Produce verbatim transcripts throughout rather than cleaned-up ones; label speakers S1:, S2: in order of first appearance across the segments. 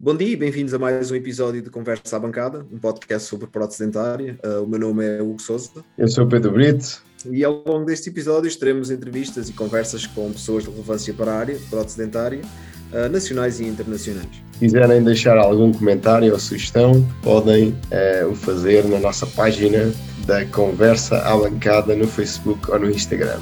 S1: Bom dia e bem-vindos a mais um episódio de Conversa à Bancada, um podcast sobre prótese dentária. Uh, o meu nome é Hugo Sousa.
S2: Eu sou o Pedro Brito.
S1: E ao longo destes episódios teremos entrevistas e conversas com pessoas de relevância para a área de prótese dentária, uh, nacionais e internacionais.
S2: Se quiserem deixar algum comentário ou sugestão, podem uh, o fazer na nossa página da Conversa à Bancada no Facebook ou no Instagram.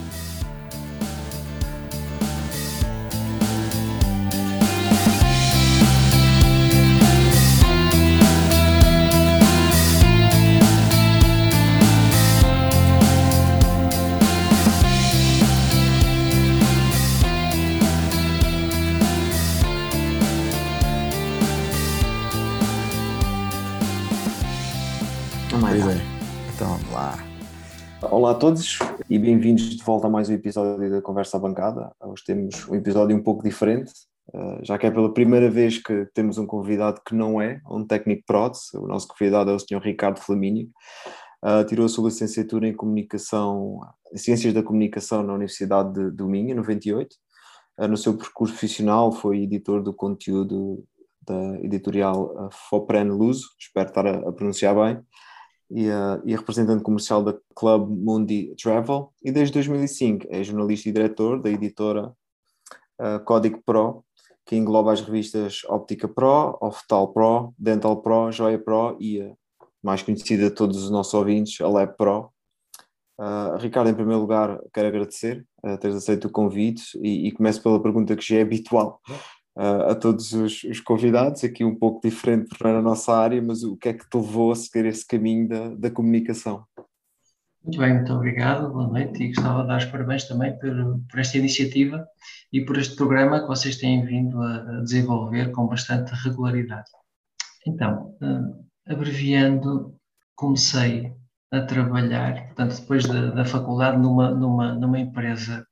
S1: Olá a todos e bem-vindos de volta a mais um episódio da Conversa à Bancada. Hoje temos um episódio um pouco diferente, já que é pela primeira vez que temos um convidado que não é um técnico prótese. O nosso convidado é o senhor Ricardo Flamínio. Tirou a sua licenciatura em Comunicação, em Ciências da Comunicação na Universidade de, do Minho, em noventa e oito. No seu percurso profissional foi editor do conteúdo da editorial Fopren Luso, espero estar a, a pronunciar bem, E, uh, e representante comercial da Club Mundi Travel, e desde dois mil e cinco é jornalista e diretor da editora uh, Código Pro, que engloba as revistas Óptica Pro, Oftal Pro, Dental Pro, Joia Pro e a mais conhecida de todos os nossos ouvintes, a Lab Pro. Uh, Ricardo, em primeiro lugar, quero agradecer uh, teres aceito o convite e, e começo pela pergunta que já é habitual Uh, a todos os, os convidados, aqui um pouco diferente porque não é na nossa área, mas o que é que te levou a seguir esse caminho da, da comunicação?
S3: Muito bem, muito obrigado, boa noite, e gostava de dar os parabéns também por, por esta iniciativa e por este programa que vocês têm vindo a, a desenvolver com bastante regularidade. Então, uh, abreviando, comecei a trabalhar, portanto, depois da, da faculdade, numa, numa, numa empresa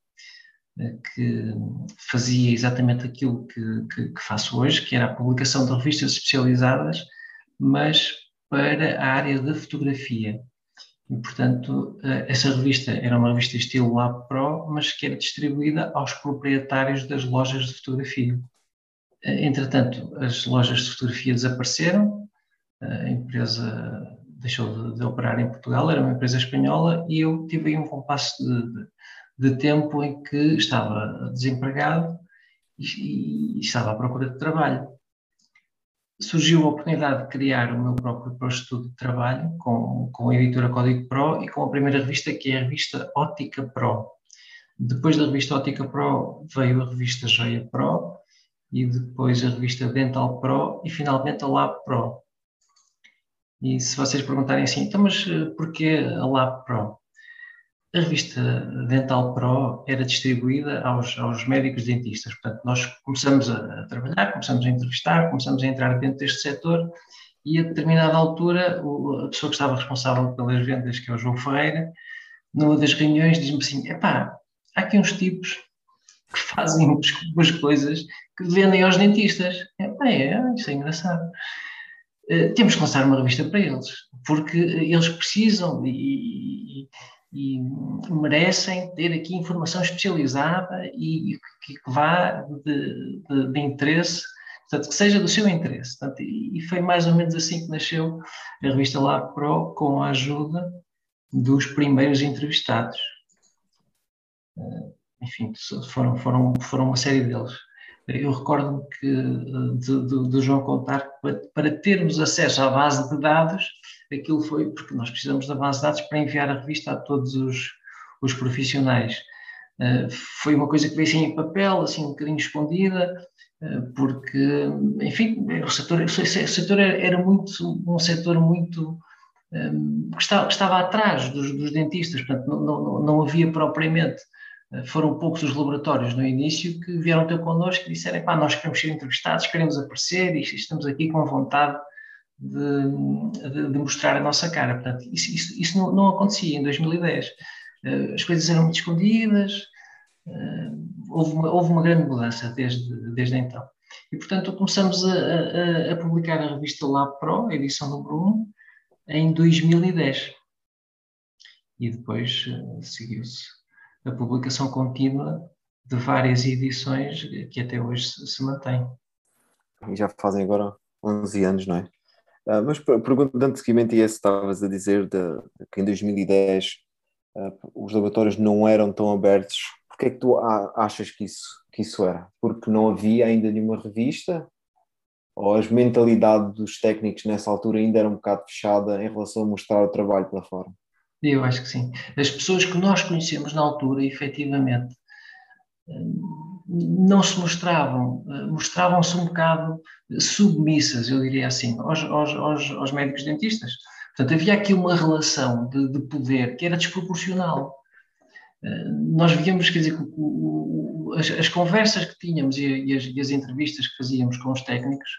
S3: que fazia exatamente aquilo que, que, que faço hoje, que era a publicação de revistas especializadas, mas para a área da fotografia. E, portanto, essa revista era uma revista estilo Lab Pro, mas que era distribuída aos proprietários das lojas de fotografia. Entretanto, as lojas de fotografia desapareceram, a empresa deixou de, de operar em Portugal, era uma empresa espanhola, e eu tive aí um compasso de, de de tempo em que estava desempregado e, e estava à procura de trabalho. Surgiu a oportunidade de criar o meu próprio posto de trabalho com, com a editora Código Pro e com a primeira revista, que é a revista Óptica Pro. Depois da revista Óptica Pro veio a revista Joia Pro e depois a revista Dental Pro e finalmente a Lab Pro. E se vocês perguntarem assim, então mas porquê a Lab Pro? A revista Dental Pro era distribuída aos, aos médicos dentistas. Portanto, nós começamos a, a trabalhar, começamos a entrevistar, começamos a entrar dentro deste setor e a determinada altura o, a pessoa que estava responsável pelas vendas, que é o João Ferreira, numa das reuniões diz-me assim, epá, há aqui uns tipos que fazem umas coisas que vendem aos dentistas. Epá, é, isso é engraçado. Uh, temos que lançar uma revista para eles, porque eles precisam e, e e merecem ter aqui informação especializada e, e que, que vá de, de, de interesse, portanto, que seja do seu interesse. Portanto, e foi mais ou menos assim que nasceu a revista Lab Pro, com a ajuda dos primeiros entrevistados. Enfim, foram, foram, foram uma série deles. Eu recordo-me que do João contar que para, para termos acesso à base de dados, aquilo foi porque nós precisamos da base de dados para enviar a revista a todos os, os profissionais. Uh, foi uma coisa que veio assim em papel, assim um bocadinho escondida, uh, porque, enfim, o setor, o setor era, era muito, um setor muito um, que, estava, que estava atrás dos, dos dentistas, portanto não, não, não havia propriamente. Foram poucos os laboratórios no início que vieram ter connosco e disseram, pá, nós queremos ser entrevistados, queremos aparecer e estamos aqui com vontade de, de, de mostrar a nossa cara. Portanto, isso, isso, isso não, não acontecia em dois mil e dez. As coisas eram muito escondidas, houve uma, houve uma grande mudança desde, desde então. E, portanto, começamos a, a, a publicar a revista Lab Pro, a edição número um, em dois mil e dez. E depois seguiu-se a publicação contínua de várias edições que até hoje se, se mantém.
S1: e já fazem agora onze anos, não é? Uh, mas perguntando seguimento a esse, estavas a dizer de, de que em dois mil e dez uh, os laboratórios não eram tão abertos. Porquê é que tu a, achas que isso, que isso era? Porque não havia ainda nenhuma revista? Ou a mentalidade dos técnicos nessa altura ainda era um bocado fechada em relação a mostrar o trabalho para fora?
S3: Eu acho que sim. As pessoas que nós conhecemos na altura, efetivamente, não se mostravam, mostravam-se um bocado submissas, eu diria assim, aos, aos, aos, aos médicos dentistas. Portanto, havia aqui uma relação de, de poder que era desproporcional. Nós víamos, quer dizer, o, o, as, as conversas que tínhamos e, e, as, e as entrevistas que fazíamos com os técnicos,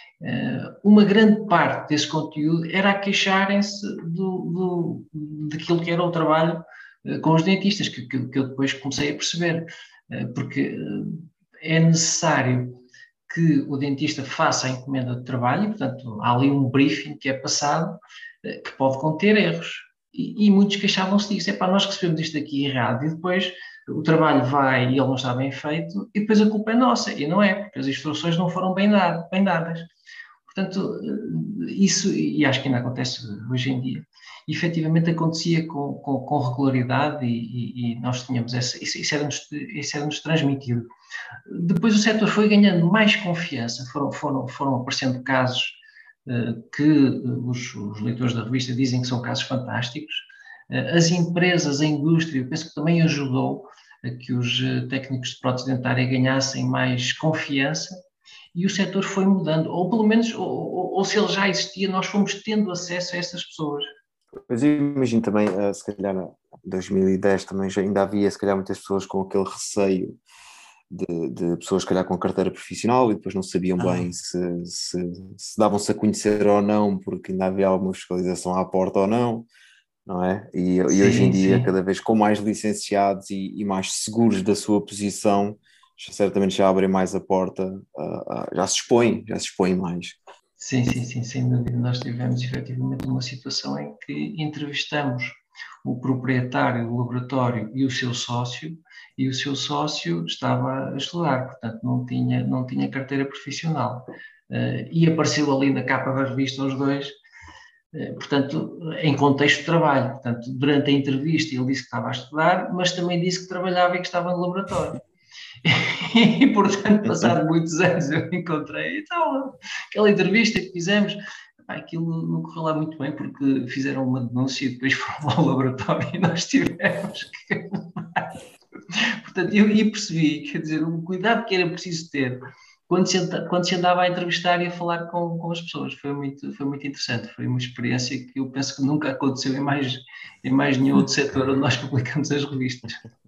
S3: uma grande parte desse conteúdo era a queixarem-se do, do, daquilo que era o trabalho com os dentistas, que, que, que eu depois comecei a perceber. Porque é necessário que o dentista faça a encomenda de trabalho e, portanto, há ali um briefing que é passado que pode conter erros. E, e muitos queixavam-se disso. Epá, nós recebemos isto aqui errado e depois o trabalho vai e ele não está bem feito e depois a culpa é nossa. E não é, porque as instruções não foram bem, dado, bem dadas. Portanto, isso, e acho que ainda acontece hoje em dia, efetivamente acontecia com, com, com regularidade e, e, e nós tínhamos essa, isso, isso era-nos isso era-nos transmitido. Depois o setor foi ganhando mais confiança, foram, foram, foram aparecendo casos uh, que os, os leitores da revista dizem que são casos fantásticos. Uh, as empresas, a indústria, eu penso que também ajudou a que os técnicos de prótese dentária ganhassem mais confiança. E o setor foi mudando, ou pelo menos, ou, ou, ou se ele já existia, nós fomos tendo acesso a essas pessoas.
S1: Mas eu imagino também, se calhar em dois mil e dez também já ainda havia, se calhar, muitas pessoas com aquele receio de, de pessoas, se calhar, com carteira profissional e depois não sabiam ah. bem se, se, se davam-se a conhecer ou não, porque ainda havia alguma fiscalização à porta ou não, não é? E, sim, e hoje em dia, sim. cada vez com mais licenciados e, e mais seguros da sua posição, certamente já abrem mais a porta, uh, uh, já se expõem, já se expõem mais.
S3: Sim, sim, sim, sem dúvida. Nós tivemos efetivamente uma situação em que entrevistamos o proprietário do laboratório e o seu sócio, e o seu sócio estava a estudar, portanto não tinha, não tinha carteira profissional. Uh, e apareceu ali na capa da revista os dois, uh, portanto, em contexto de trabalho. Portanto, durante a entrevista ele disse que estava a estudar, mas também disse que trabalhava e que estava no laboratório. E, portanto, passado muitos anos eu encontrei, então, aquela entrevista que fizemos, aquilo não correu lá muito bem porque fizeram uma denúncia e depois foram lá ao laboratório e nós tivemos que... Portanto, eu, eu percebi, quer dizer, o cuidado que era preciso ter quando se, quando se andava a entrevistar e a falar com, com as pessoas. Foi muito, foi muito interessante, foi uma experiência que eu penso que nunca aconteceu em mais, em mais nenhum outro setor onde nós publicamos as revistas.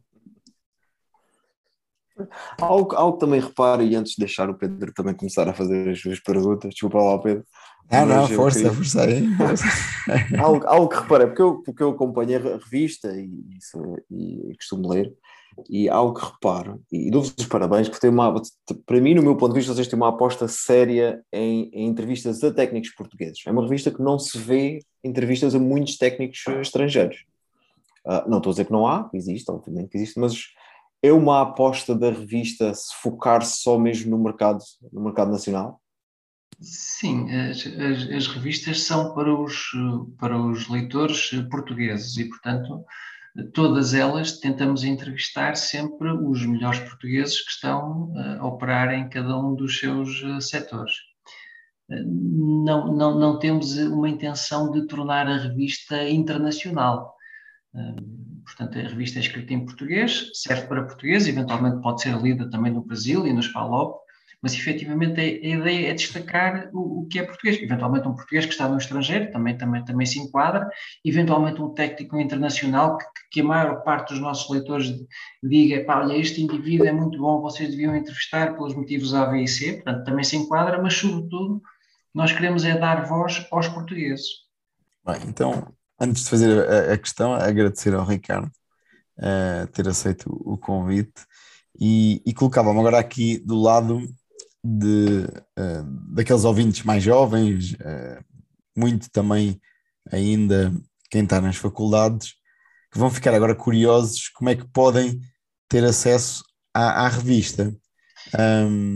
S1: Algo, algo também reparo, e antes de deixar o Pedro também começar a fazer as suas perguntas, desculpa lá, Pedro.
S4: Ah, não, força, queria... força aí.
S1: algo, algo que reparei, porque eu, porque eu acompanho a revista e, isso, e, e costumo ler, e algo que reparo, e dou-vos os parabéns, porque tem uma, para mim, no meu ponto de vista, vocês têm uma aposta séria em, em entrevistas a técnicos portugueses. É uma revista que não se vê entrevistas a muitos técnicos estrangeiros. Uh, não estou a dizer que não há, existe, obviamente que existe, mas é uma aposta da revista se focar só mesmo no mercado, no mercado nacional?
S3: Sim, as, as, as revistas são para os, para os leitores portugueses e, portanto, todas elas tentamos entrevistar sempre os melhores portugueses que estão a operar em cada um dos seus setores. Não, não, não temos uma intenção de tornar a revista internacional. Portanto, a revista é escrita em português, serve para português, eventualmente pode ser lida também no Brasil e no Spalop, mas efetivamente a, a ideia é destacar o, o que é português. Eventualmente um português que está no estrangeiro também, também, também se enquadra, eventualmente um técnico internacional que, que a maior parte dos nossos leitores diga, pá, olha, este indivíduo é muito bom, vocês deviam entrevistar pelos motivos A, B e C, portanto também se enquadra, mas sobretudo nós queremos é dar voz aos portugueses.
S4: Bem, então, antes de fazer a, a questão, agradecer ao Ricardo uh, ter aceito o convite e, e colocava-me agora aqui do lado de, uh, daqueles ouvintes mais jovens, uh, muito também ainda quem está nas faculdades, que vão ficar agora curiosos como é que podem ter acesso à, à revista. Um,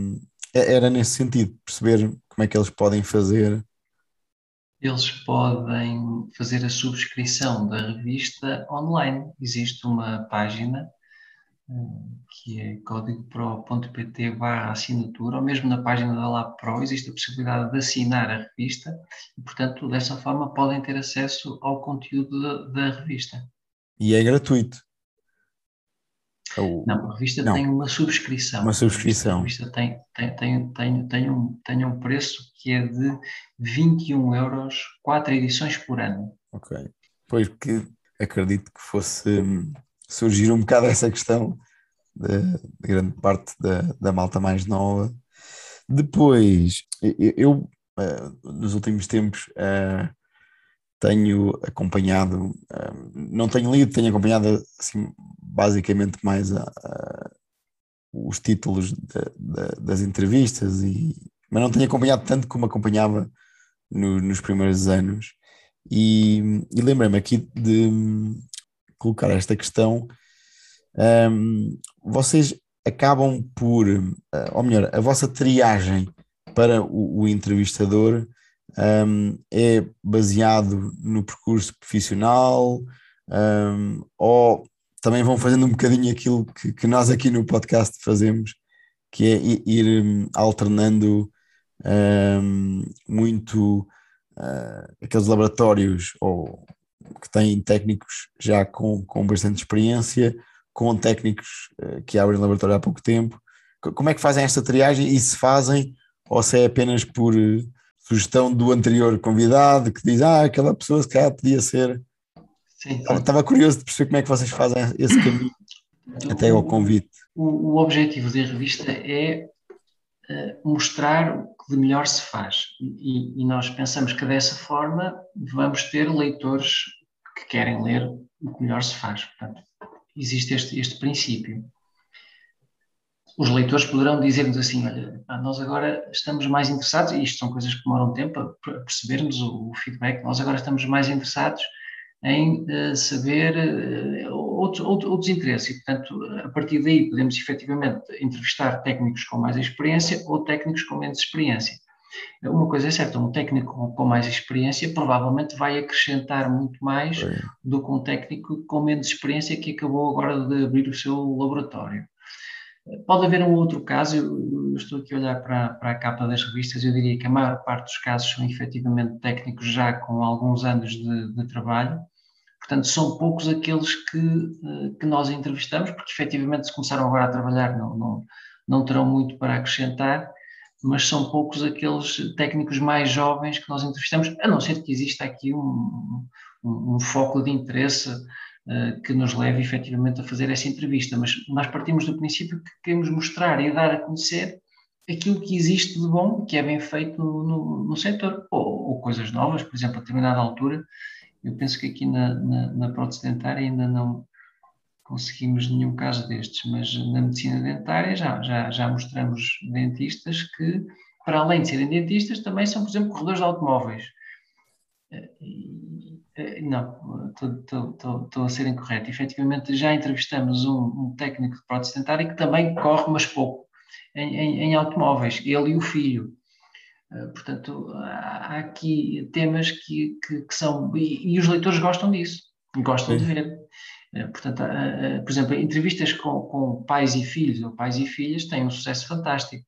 S4: era nesse sentido, perceber como é que eles podem fazer.
S3: Eles podem fazer a subscrição da revista online. Existe uma página que é códigopro.pt barra assinatura, ou mesmo na página da LabPro existe a possibilidade de assinar a revista e, portanto, dessa forma podem ter acesso ao conteúdo da, da revista.
S4: E é gratuito. Ou...
S3: Não, a revista
S4: Não.
S3: tem uma subscrição.
S4: Uma subscrição.
S3: A revista, a revista tem, tem, tem, tem, tem, um, tem um preço que é de vinte e um euros, quatro edições por ano.
S4: Ok. Pois que acredito que fosse surgir um bocado essa questão de, de grande parte da, da malta mais nova. Depois, eu, eu uh, nos últimos tempos uh, tenho acompanhado, uh, não tenho lido, tenho acompanhado assim, basicamente mais a, a, os títulos de, de, das entrevistas, e, mas não tenho acompanhado tanto como acompanhava no, nos primeiros anos. E, e lembrei-me aqui de colocar esta questão. Um, vocês acabam por, ou melhor, a vossa triagem para o, o entrevistador um, é baseado no percurso profissional, um, ou também vão fazendo um bocadinho aquilo que, que nós aqui no podcast fazemos, que é ir, ir um, alternando um, muito uh, aqueles laboratórios ou que têm técnicos já com, com bastante experiência, com técnicos uh, que abrem laboratório há pouco tempo. Como é que fazem esta triagem, e se fazem, ou se é apenas por uh, sugestão do anterior convidado, que diz, ah, aquela pessoa se calhar podia ser... Sim, sim. Estava curioso de perceber como é que vocês fazem esse caminho até ao convite.
S3: O, o objetivo da revista é uh, mostrar o que de melhor se faz, e, e nós pensamos que dessa forma vamos ter leitores que querem ler o que melhor se faz. Portanto, existe este, este princípio. Os leitores poderão dizer-nos assim, olha, nós agora estamos mais interessados, e isto são coisas que demoram tempo a percebermos o, o feedback, nós agora estamos mais interessados em uh, saber uh, outros, outros, outros interesses, e portanto a partir daí podemos efetivamente entrevistar técnicos com mais experiência ou técnicos com menos experiência. Uma coisa é certa, um técnico com mais experiência provavelmente vai acrescentar muito mais é. do que um técnico com menos experiência que acabou agora de abrir o seu laboratório. Pode haver um outro caso, eu estou aqui a olhar para, para a capa das revistas, eu diria que a maior parte dos casos são efetivamente técnicos já com alguns anos de, de trabalho, portanto são poucos aqueles que, que nós entrevistamos, porque efetivamente se começaram agora a trabalhar não, não, não terão muito para acrescentar, mas são poucos aqueles técnicos mais jovens que nós entrevistamos, a não ser que exista aqui um, um, um foco de interesse uh, que nos leve efetivamente a fazer essa entrevista, mas nós partimos do princípio que queremos mostrar e dar a conhecer aquilo que existe de bom, que é bem feito no, no, no setor, ou, ou coisas novas, por exemplo, a determinada altura, eu penso que aqui na, na, na prótese dentária ainda não conseguimos nenhum caso destes, mas na medicina dentária já, já, já mostramos dentistas que, para além de serem dentistas, também são, por exemplo, corredores de automóveis. Não, estou a ser incorreto. Efetivamente, já entrevistamos um, um técnico de prótese dentária que também corre, mas pouco, em, em, em automóveis, ele e o filho. Portanto, há aqui temas que, que, que são... E, e os leitores gostam disso, gostam Sim. de ver. Portanto, por exemplo, entrevistas com, com pais e filhos ou pais e filhas têm um sucesso fantástico.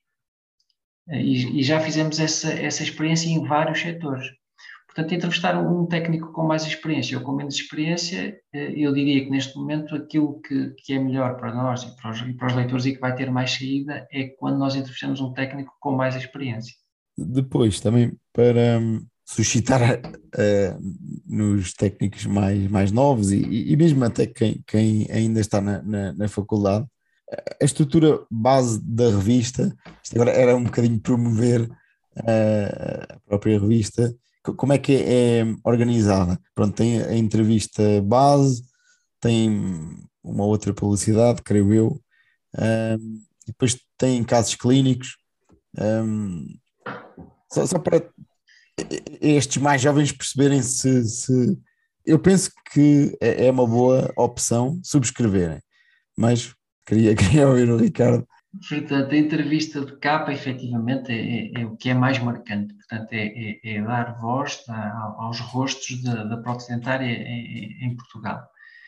S3: E, e já fizemos essa, essa experiência em vários setores. Portanto, entrevistar um técnico com mais experiência ou com menos experiência, eu diria que neste momento aquilo que, que é melhor para nós e para, os, e para os leitores e que vai ter mais saída é quando nós entrevistamos um técnico com mais experiência.
S4: Depois, também para suscitar uh, nos técnicos mais, mais novos e, e mesmo até quem, quem ainda está na, na, na faculdade, a estrutura base da revista, isto agora era um bocadinho promover uh, a própria revista, como é que é, é organizada? Pronto, tem a entrevista base, tem uma outra publicidade, creio eu, um, e depois tem casos clínicos, um, só, só para estes mais jovens perceberem se, se... Eu penso que é uma boa opção subscreverem, mas queria, queria ouvir o Ricardo
S3: Portanto, a entrevista de capa, efetivamente, é, é, é o que é mais marcante. Portanto, é, é, é dar voz a, aos rostos da, da prótese dentária em, em Portugal.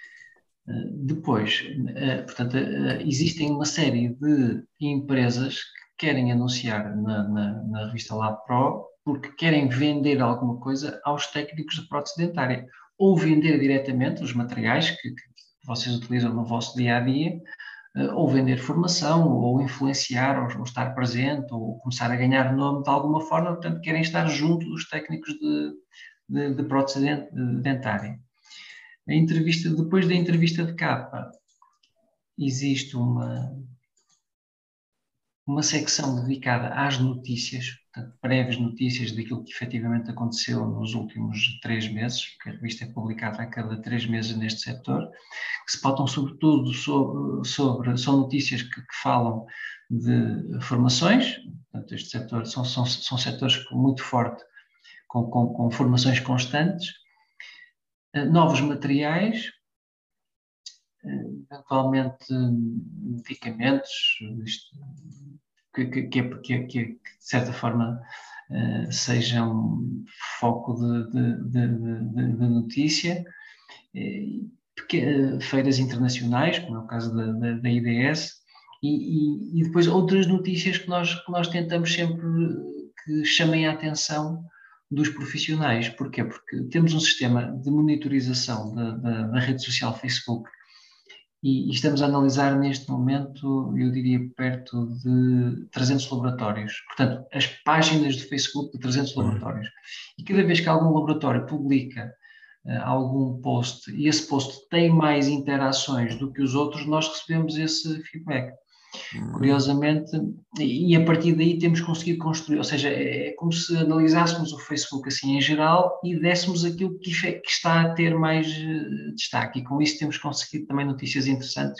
S3: Depois, portanto, existem uma série de empresas que querem anunciar na, na, na revista LabPro porque querem vender alguma coisa aos técnicos de prótese dentária, ou vender diretamente os materiais que, que vocês utilizam no vosso dia-a-dia, ou vender formação, ou influenciar, ou, ou estar presente, ou começar a ganhar nome de alguma forma. Portanto, querem estar junto dos técnicos de, de, de prótese dentária. A entrevista, depois da entrevista de capa, existe uma, uma secção dedicada às notícias, portanto, breves notícias daquilo que efetivamente aconteceu nos últimos três meses, porque a revista é publicada a cada três meses neste setor, que se pautam sobretudo sobre, sobre são notícias que, que falam de formações, portanto, este setor são, são, são setores muito fortes, com, com, com formações constantes, novos materiais, eventualmente medicamentos, isto, que, que, que, que, que de certa forma uh, sejam foco de, de, de, de, de notícia, porque, feiras internacionais, como é o caso da, da, da I D S, e, e, e depois outras notícias que nós, que nós tentamos sempre que chamem a atenção dos profissionais. Porquê? Porque temos um sistema de monitorização da, da, da rede social Facebook e, e estamos a analisar neste momento, eu diria, perto de trezentos laboratórios. Portanto, as páginas do Facebook de trezentos laboratórios. E cada vez que algum laboratório publica uh, algum post e esse post tem mais interações do que os outros, nós recebemos esse feedback. Curiosamente, e a partir daí temos conseguido construir, ou seja, é como se analisássemos o Facebook assim em geral e dessemos aquilo que, que está a ter mais destaque, e com isso temos conseguido também notícias interessantes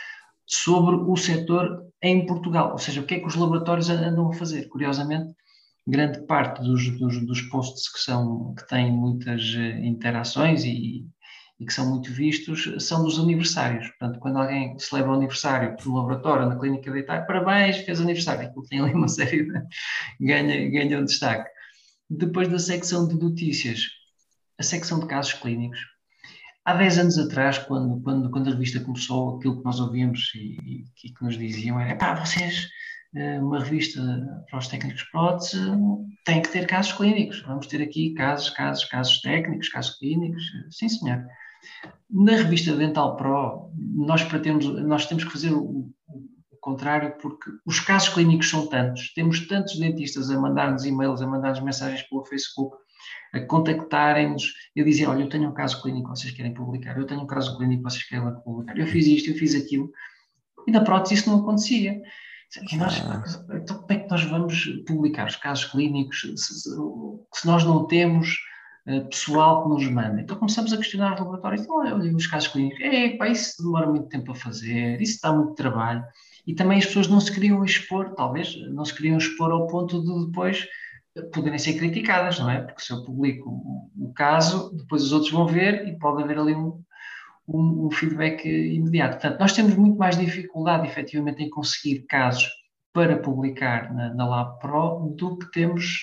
S3: sobre o setor em Portugal, ou seja, o que é que os laboratórios andam a fazer. Curiosamente, grande parte dos, dos, dos posts que, são, que têm muitas interações e e que são muito vistos, são dos aniversários. Portanto, quando alguém celebra o aniversário no laboratório, na clínica dentária, parabéns, fez aniversário. Aquilo tem ali uma série de... ganha, ganha um destaque. Depois da secção de notícias, a secção de casos clínicos. Há dez anos atrás, quando, quando, quando a revista começou, aquilo que nós ouvíamos e, e, e que nos diziam era: pá, vocês, uma revista para os técnicos de prótese, tem que ter casos clínicos. Vamos ter aqui casos, casos, casos técnicos, casos clínicos. Sim, senhor. Na revista Dental Pro, nós, pretemos, nós temos que fazer o, o contrário, porque os casos clínicos são tantos, temos tantos dentistas a mandar-nos e-mails, a mandar-nos mensagens pelo Facebook, a contactarem-nos e a dizer: olha, eu tenho um caso clínico que vocês querem publicar, eu tenho um caso clínico que vocês querem publicar, eu fiz isto, eu fiz aquilo, e na prótese isso não acontecia. E nós, então, como é que nós vamos publicar os casos clínicos se, se nós não temos pessoal que nos manda? Então começamos a questionar os laboratórios. Então, olha, os casos clínicos, é, pá, isso demora muito tempo a fazer, isso dá muito trabalho. E também as pessoas não se queriam expor, talvez, não se queriam expor ao ponto de depois poderem ser criticadas, não é? Porque se eu publico o, o caso, depois os outros vão ver e pode haver ali um, um, um feedback imediato. Portanto, nós temos muito mais dificuldade, efetivamente, em conseguir casos para publicar na, na LabPro do que temos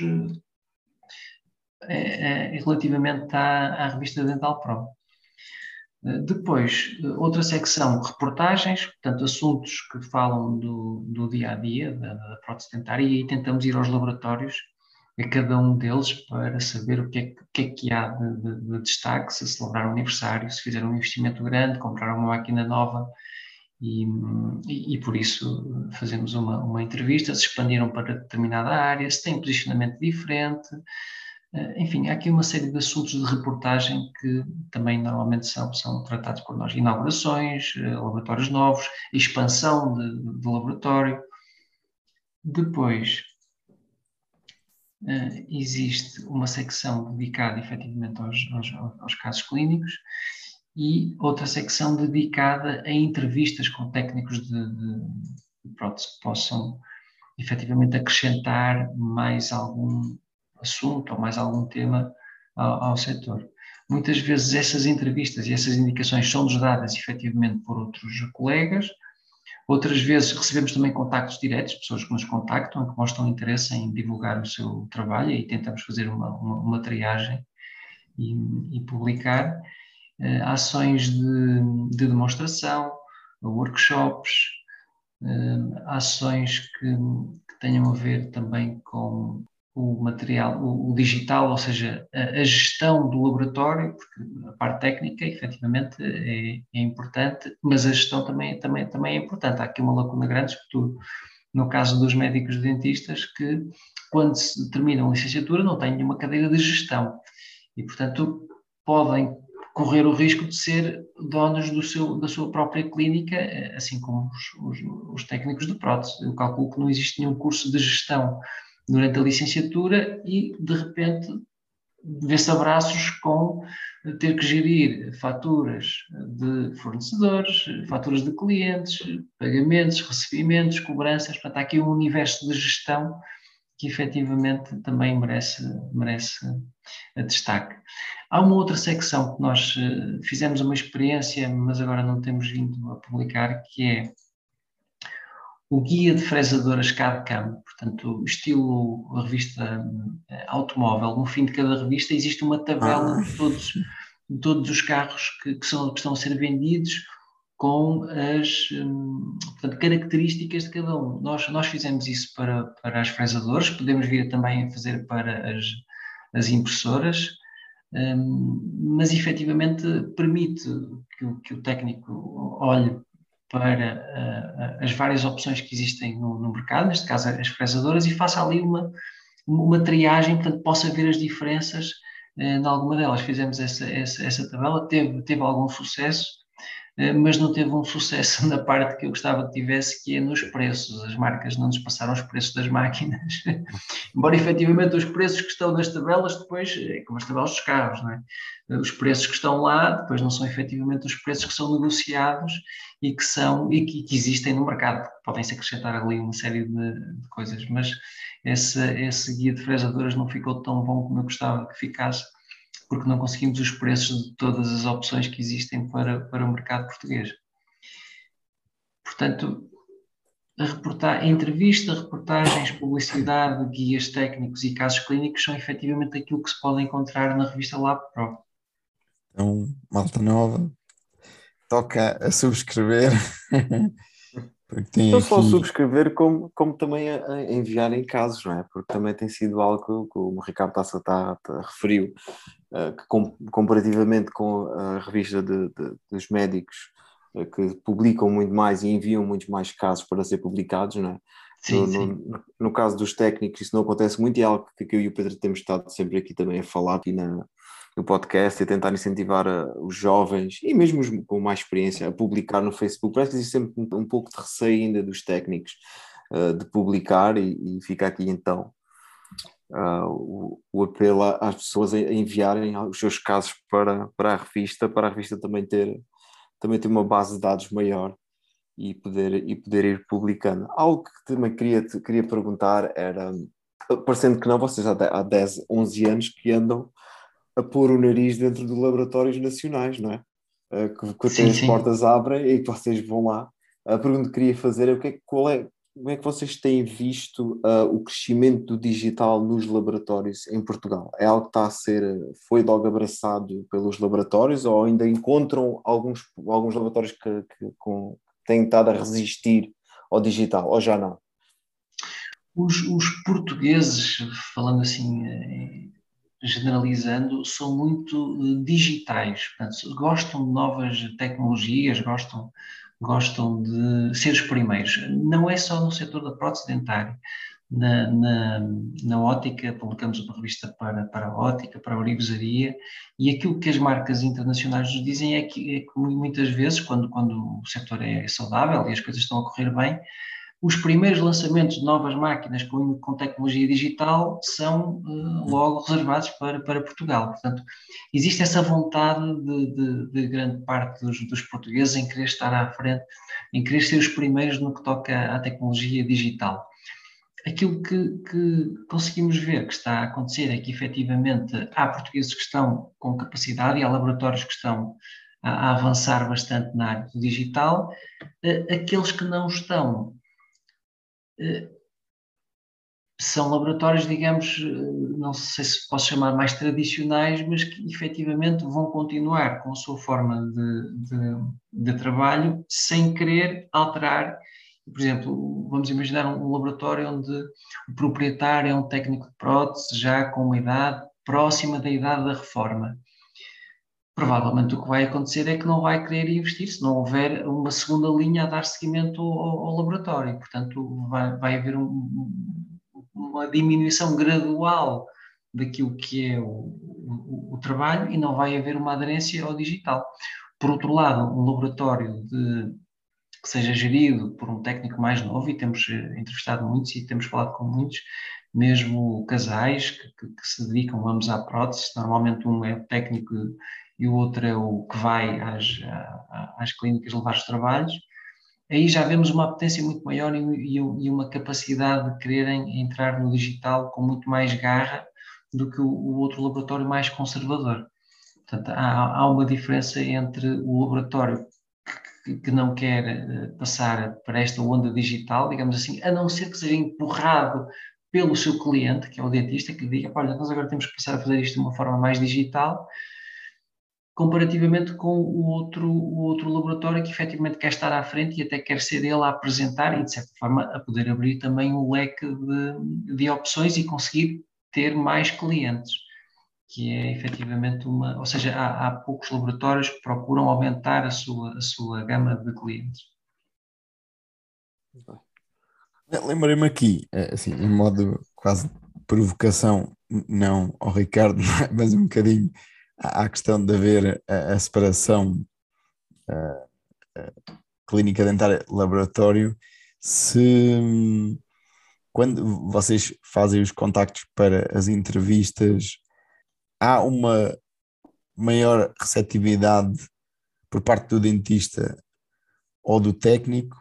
S3: É, é, relativamente à, à revista Dental Pro. Depois, outra secção, reportagens, portanto, assuntos que falam do, do dia-a-dia da, da prótese dentária, e aí tentamos ir aos laboratórios, a cada um deles, para saber o que é, o que, é que há de, de, de destaque, se celebrar um aniversário, se fizeram um investimento grande, comprar uma máquina nova, e, e, e por isso fazemos uma, uma entrevista, se expandiram para determinada área, se têm posicionamento diferente. Enfim, há aqui uma série de assuntos de reportagem que também normalmente são, são tratados por nós. Inaugurações, laboratórios novos, expansão de, de laboratório. Depois, existe uma secção dedicada efetivamente aos, aos, aos casos clínicos e outra secção dedicada a entrevistas com técnicos de, de, de prótese que possam efetivamente acrescentar mais algum assunto ou mais algum tema ao, ao setor. Muitas vezes essas entrevistas e essas indicações são-nos dadas efetivamente por outros colegas, Outras vezes recebemos também contactos diretos, pessoas que nos contactam, que mostram interesse em divulgar o seu trabalho e tentamos fazer uma, uma, uma triagem e, e publicar. Uh, ações de, de demonstração, workshops, uh, ações que, que tenham a ver também com o material, o, o digital, ou seja, a, a gestão do laboratório, porque a parte técnica, efetivamente, é, é importante, mas a gestão também, também, também é importante. Há aqui uma lacuna grande, sobretudo no caso dos médicos dentistas, que quando se terminam a licenciatura não têm nenhuma cadeira de gestão e, portanto, podem correr o risco de ser donos do seu, da sua própria clínica, assim como os, os, os técnicos de prótese. Eu calculo que não existe nenhum curso de gestão durante a licenciatura e, de repente, vê-se abraços com ter que gerir faturas de fornecedores, faturas de clientes, pagamentos, recebimentos, cobranças. Portanto, há aqui um universo de gestão que efetivamente também merece, merece destaque. Há uma outra secção que nós fizemos uma experiência, mas agora não temos vindo a publicar, que é o guia de fresadoras C A D-CAM, portanto, estilo revista automóvel. No fim de cada revista existe uma tabela ah. de, todos, de todos os carros que, que, são, que estão a ser vendidos, com as portanto, características de cada um. Nós, nós fizemos isso para, para as fresadoras, podemos vir também a fazer para as, as impressoras, um, mas efetivamente permite que o, que o técnico olhe para uh, as várias opções que existem no, no mercado, neste caso as fresadoras, e faça ali uma, uma triagem, portanto possa ver as diferenças uh, em alguma delas. Fizemos essa, essa, essa tabela, teve, teve algum sucesso, mas não teve um sucesso na parte que eu gostava que tivesse, que é nos preços. As marcas não nos passaram os preços das máquinas, embora efetivamente os preços que estão nas tabelas depois, é como as tabelas dos carros, não é? Os preços que estão lá depois não são efetivamente os preços que são negociados e que são e que, que existem no mercado. Podem-se acrescentar ali uma série de, de coisas, mas esse, esse guia de fresadoras não ficou tão bom como eu gostava que ficasse, porque não conseguimos os preços de todas as opções que existem para, para o mercado português. Portanto, a, reportar, a entrevista, reportagens, publicidade, guias técnicos e casos clínicos são efetivamente aquilo que se pode encontrar na revista Lab Pro.
S4: Então, malta nova, toca a subscrever.
S1: Não aqui... só subscrever, como, como também a, a enviar em casos, não é? Porque também tem sido algo que, que o Ricardo Taça está, está, referiu, uh, que com, comparativamente com a revista de, de, dos médicos, uh, que publicam muito mais e enviam muitos mais casos para ser publicados, não é?
S3: Sim,
S1: no,
S3: sim.
S1: No, no caso dos técnicos isso não acontece muito e é algo que, que eu e o Pedro temos estado sempre aqui também a falar aqui na, no podcast e a tentar incentivar a, os jovens e mesmo os com mais experiência a publicar no Facebook. Parece que existe sempre um, um pouco de receio ainda dos técnicos uh, de publicar e, e fica aqui então uh, o, o apelo às pessoas a, a enviarem os seus casos para, para a revista, para a revista também ter, também ter uma base de dados maior e poder, e poder ir publicando. Algo que também queria, queria perguntar era, parecendo que não, vocês há dez, onze anos que andam a pôr o nariz dentro de laboratórios nacionais, não é? Uh, que que sim, as sim. portas abrem e que vocês vão lá. A pergunta que queria fazer é, o que é, qual é como é que vocês têm visto uh, o crescimento do digital nos laboratórios em Portugal? É algo que está a ser, foi logo abraçado pelos laboratórios ou ainda encontram alguns, alguns laboratórios que, que com, têm estado a resistir ao digital, ou já não?
S3: Os, os portugueses, falando assim, generalizando, são muito digitais, portanto, gostam de novas tecnologias, gostam, gostam de ser os primeiros. Não é só no setor da prótese dentária. Na, na, na ótica, publicamos uma revista para, para a ótica, para a orivesaria, e aquilo que as marcas internacionais nos dizem é que, é que muitas vezes, quando, quando o setor é saudável e as coisas estão a correr bem, os primeiros lançamentos de novas máquinas com, com tecnologia digital são uh, logo reservados para, para Portugal. Portanto, existe essa vontade de, de, de grande parte dos, dos portugueses em querer estar à frente, em querer ser os primeiros no que toca à tecnologia digital. Aquilo que, que conseguimos ver que está a acontecer é que, efetivamente, há portugueses que estão com capacidade e há laboratórios que estão a, a avançar bastante na área do digital. Uh, aqueles que não estão uh, são laboratórios, digamos, não sei se posso chamar mais tradicionais, mas que efetivamente vão continuar com a sua forma de, de, de trabalho sem querer alterar. Por exemplo, vamos imaginar um laboratório onde o proprietário é um técnico de prótese já com uma idade próxima da idade da reforma. Provavelmente o que vai acontecer é que não vai querer investir se não houver uma segunda linha a dar seguimento ao, ao laboratório. Portanto, vai, vai haver um, uma diminuição gradual daquilo que é o, o, o trabalho e não vai haver uma aderência ao digital. Por outro lado, um laboratório de, que seja gerido por um técnico mais novo, e temos entrevistado muitos e temos falado com muitos, mesmo casais que, que, que se dedicam, vamos à prótese, normalmente um é o técnico e o outro é o que vai às, às clínicas levar os trabalhos. Aí já vemos uma potência muito maior e, e uma capacidade de quererem entrar no digital com muito mais garra do que o, o outro laboratório mais conservador. Portanto, há, há uma diferença entre o laboratório que, que não quer passar para esta onda digital, digamos assim, a não ser que seja empurrado pelo seu cliente, que é o dentista, que lhe diga, olha, nós agora temos que passar a fazer isto de uma forma mais digital, comparativamente com o outro, o outro laboratório que efetivamente quer estar à frente e até quer ser ele a apresentar e, de certa forma, a poder abrir também um leque de, de opções e conseguir ter mais clientes, que é efetivamente uma... Ou seja, há, há poucos laboratórios que procuram aumentar a sua, a sua gama de clientes.
S4: Lembrei-me aqui, assim, em modo quase provocação, não ao Ricardo, mas um bocadinho à questão de haver a, a separação a, a clínica dentária laboratório, se quando vocês fazem os contactos para as entrevistas, há uma maior receptividade por parte do dentista ou do técnico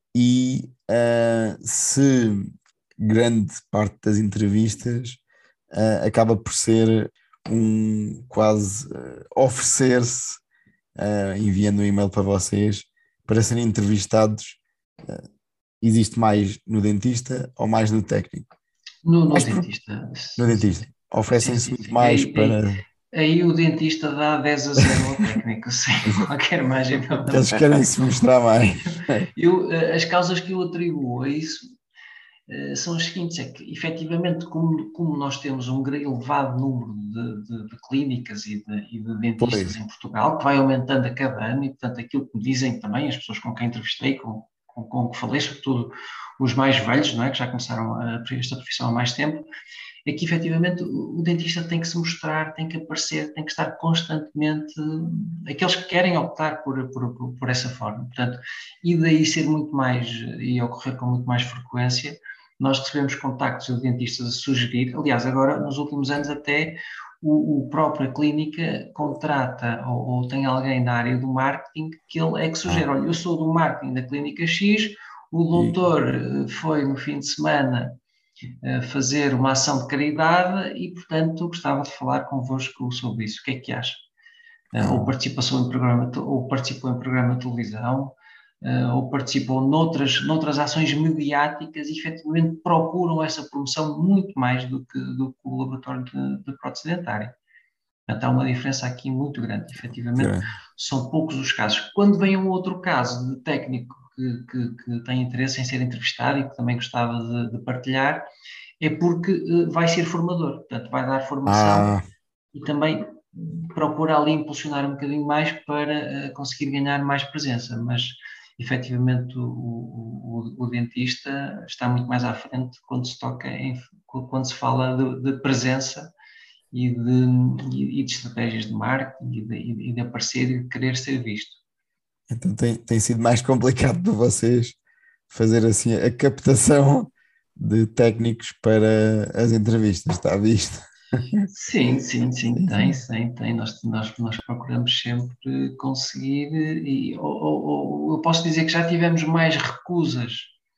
S4: e uh, se grande parte das entrevistas uh, acaba por ser um quase uh, oferecer-se, uh, enviando um e-mail para vocês, para serem entrevistados, uh, existe mais no dentista ou mais no técnico?
S3: No, no dentista.
S4: Por, no dentista. Oferecem-se muito mais
S3: aí,
S4: para...
S3: Aí, aí o dentista dá dez a zero ao técnico, sem qualquer margem para...
S4: Eles querem se mostrar mais.
S3: Eu, as causas que eu atribuo a isso são as seguintes, é que efetivamente como, como nós temos um elevado número de, de, de clínicas e de, e de dentistas pois. Em Portugal, que vai aumentando a cada ano e portanto aquilo que me dizem também as pessoas com quem entrevistei, com, com, com que falei, sobretudo os mais velhos, não é, que já começaram a, esta profissão há mais tempo, é que efetivamente o, o dentista tem que se mostrar, tem que aparecer, tem que estar constantemente, aqueles que querem optar por, por, por, por essa forma, portanto, e daí ser muito mais, e ocorrer com muito mais frequência. Nós recebemos contactos de dentistas a sugerir, aliás, agora nos últimos anos até o, o própria clínica contrata ou, ou tem alguém na área do marketing que ele é que sugere, olha, eu sou do marketing da clínica X, o doutor foi no fim de semana fazer uma ação de caridade e, portanto, gostava de falar convosco sobre isso. O que é que acha? Ou participou em programa, ou participou em programa de televisão, Uh, ou participam noutras, noutras ações mediáticas e efetivamente procuram essa promoção muito mais do que, do que o laboratório de, de prótese dentária. Portanto, há uma diferença aqui muito grande. Efetivamente, é. São poucos os casos. Quando vem um outro caso de técnico que, que, que tem interesse em ser entrevistado e que também gostava de, de partilhar, é porque uh, vai ser formador. Portanto, vai dar formação ah. e também procura ali impulsionar um bocadinho mais para uh, conseguir ganhar mais presença. Mas efetivamente o, o, o dentista está muito mais à frente quando se toca em, quando se fala de, de presença e de, e de estratégias de marketing e de, e de aparecer e de querer ser visto.
S4: Então tem, tem sido mais complicado para vocês fazer assim a captação de técnicos para as entrevistas, está visto?
S3: Sim, sim, sim, tem, sim, tem. Nós, nós, nós procuramos sempre conseguir, e ou, ou, eu posso dizer que já tivemos mais recusas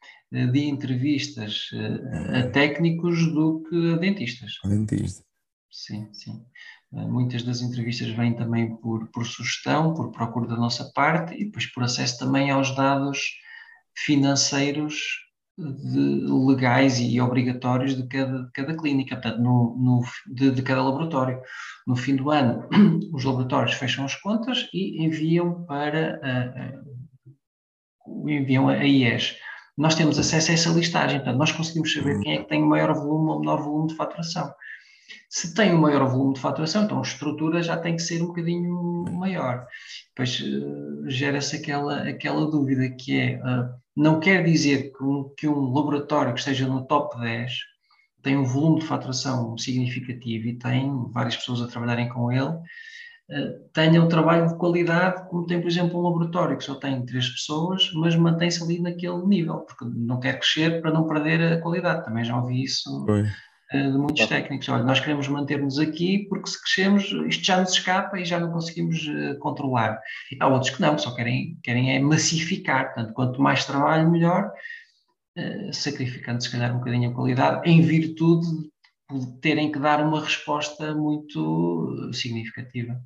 S3: de entrevistas a técnicos do que a dentistas.
S4: A dentista.
S3: sim, sim. Muitas das entrevistas vêm também por, por sugestão, por procura da nossa parte e depois por acesso também aos dados financeiros de, legais e obrigatórios de cada, de cada clínica, portanto, no, no, de, de cada laboratório. No fim do ano, os laboratórios fecham as contas e enviam para uh, enviam a I E S. Nós temos acesso a essa listagem, portanto, nós conseguimos saber quem é que tem o maior volume ou o menor volume de faturação. Se tem um maior volume de faturação, então a estrutura já tem que ser um bocadinho maior. Depois uh, gera-se aquela, aquela dúvida que é, uh, não quer dizer que um, que um laboratório que esteja no top dez tem um volume de faturação significativo e tem várias pessoas a trabalharem com ele, uh, tenha um trabalho de qualidade, como tem, por exemplo, um laboratório que só tem três pessoas, mas mantém-se ali naquele nível, porque não quer crescer para não perder a qualidade. Também já ouvi isso
S4: Pois.
S3: de muitos técnicos. Olha, nós queremos manter-nos aqui porque se crescemos isto já nos escapa e já não conseguimos uh, controlar. E há outros que não, que só querem, querem é massificar, portanto, quanto mais trabalho, melhor, uh, sacrificando se calhar um bocadinho a qualidade, em virtude de terem que dar uma resposta muito significativa.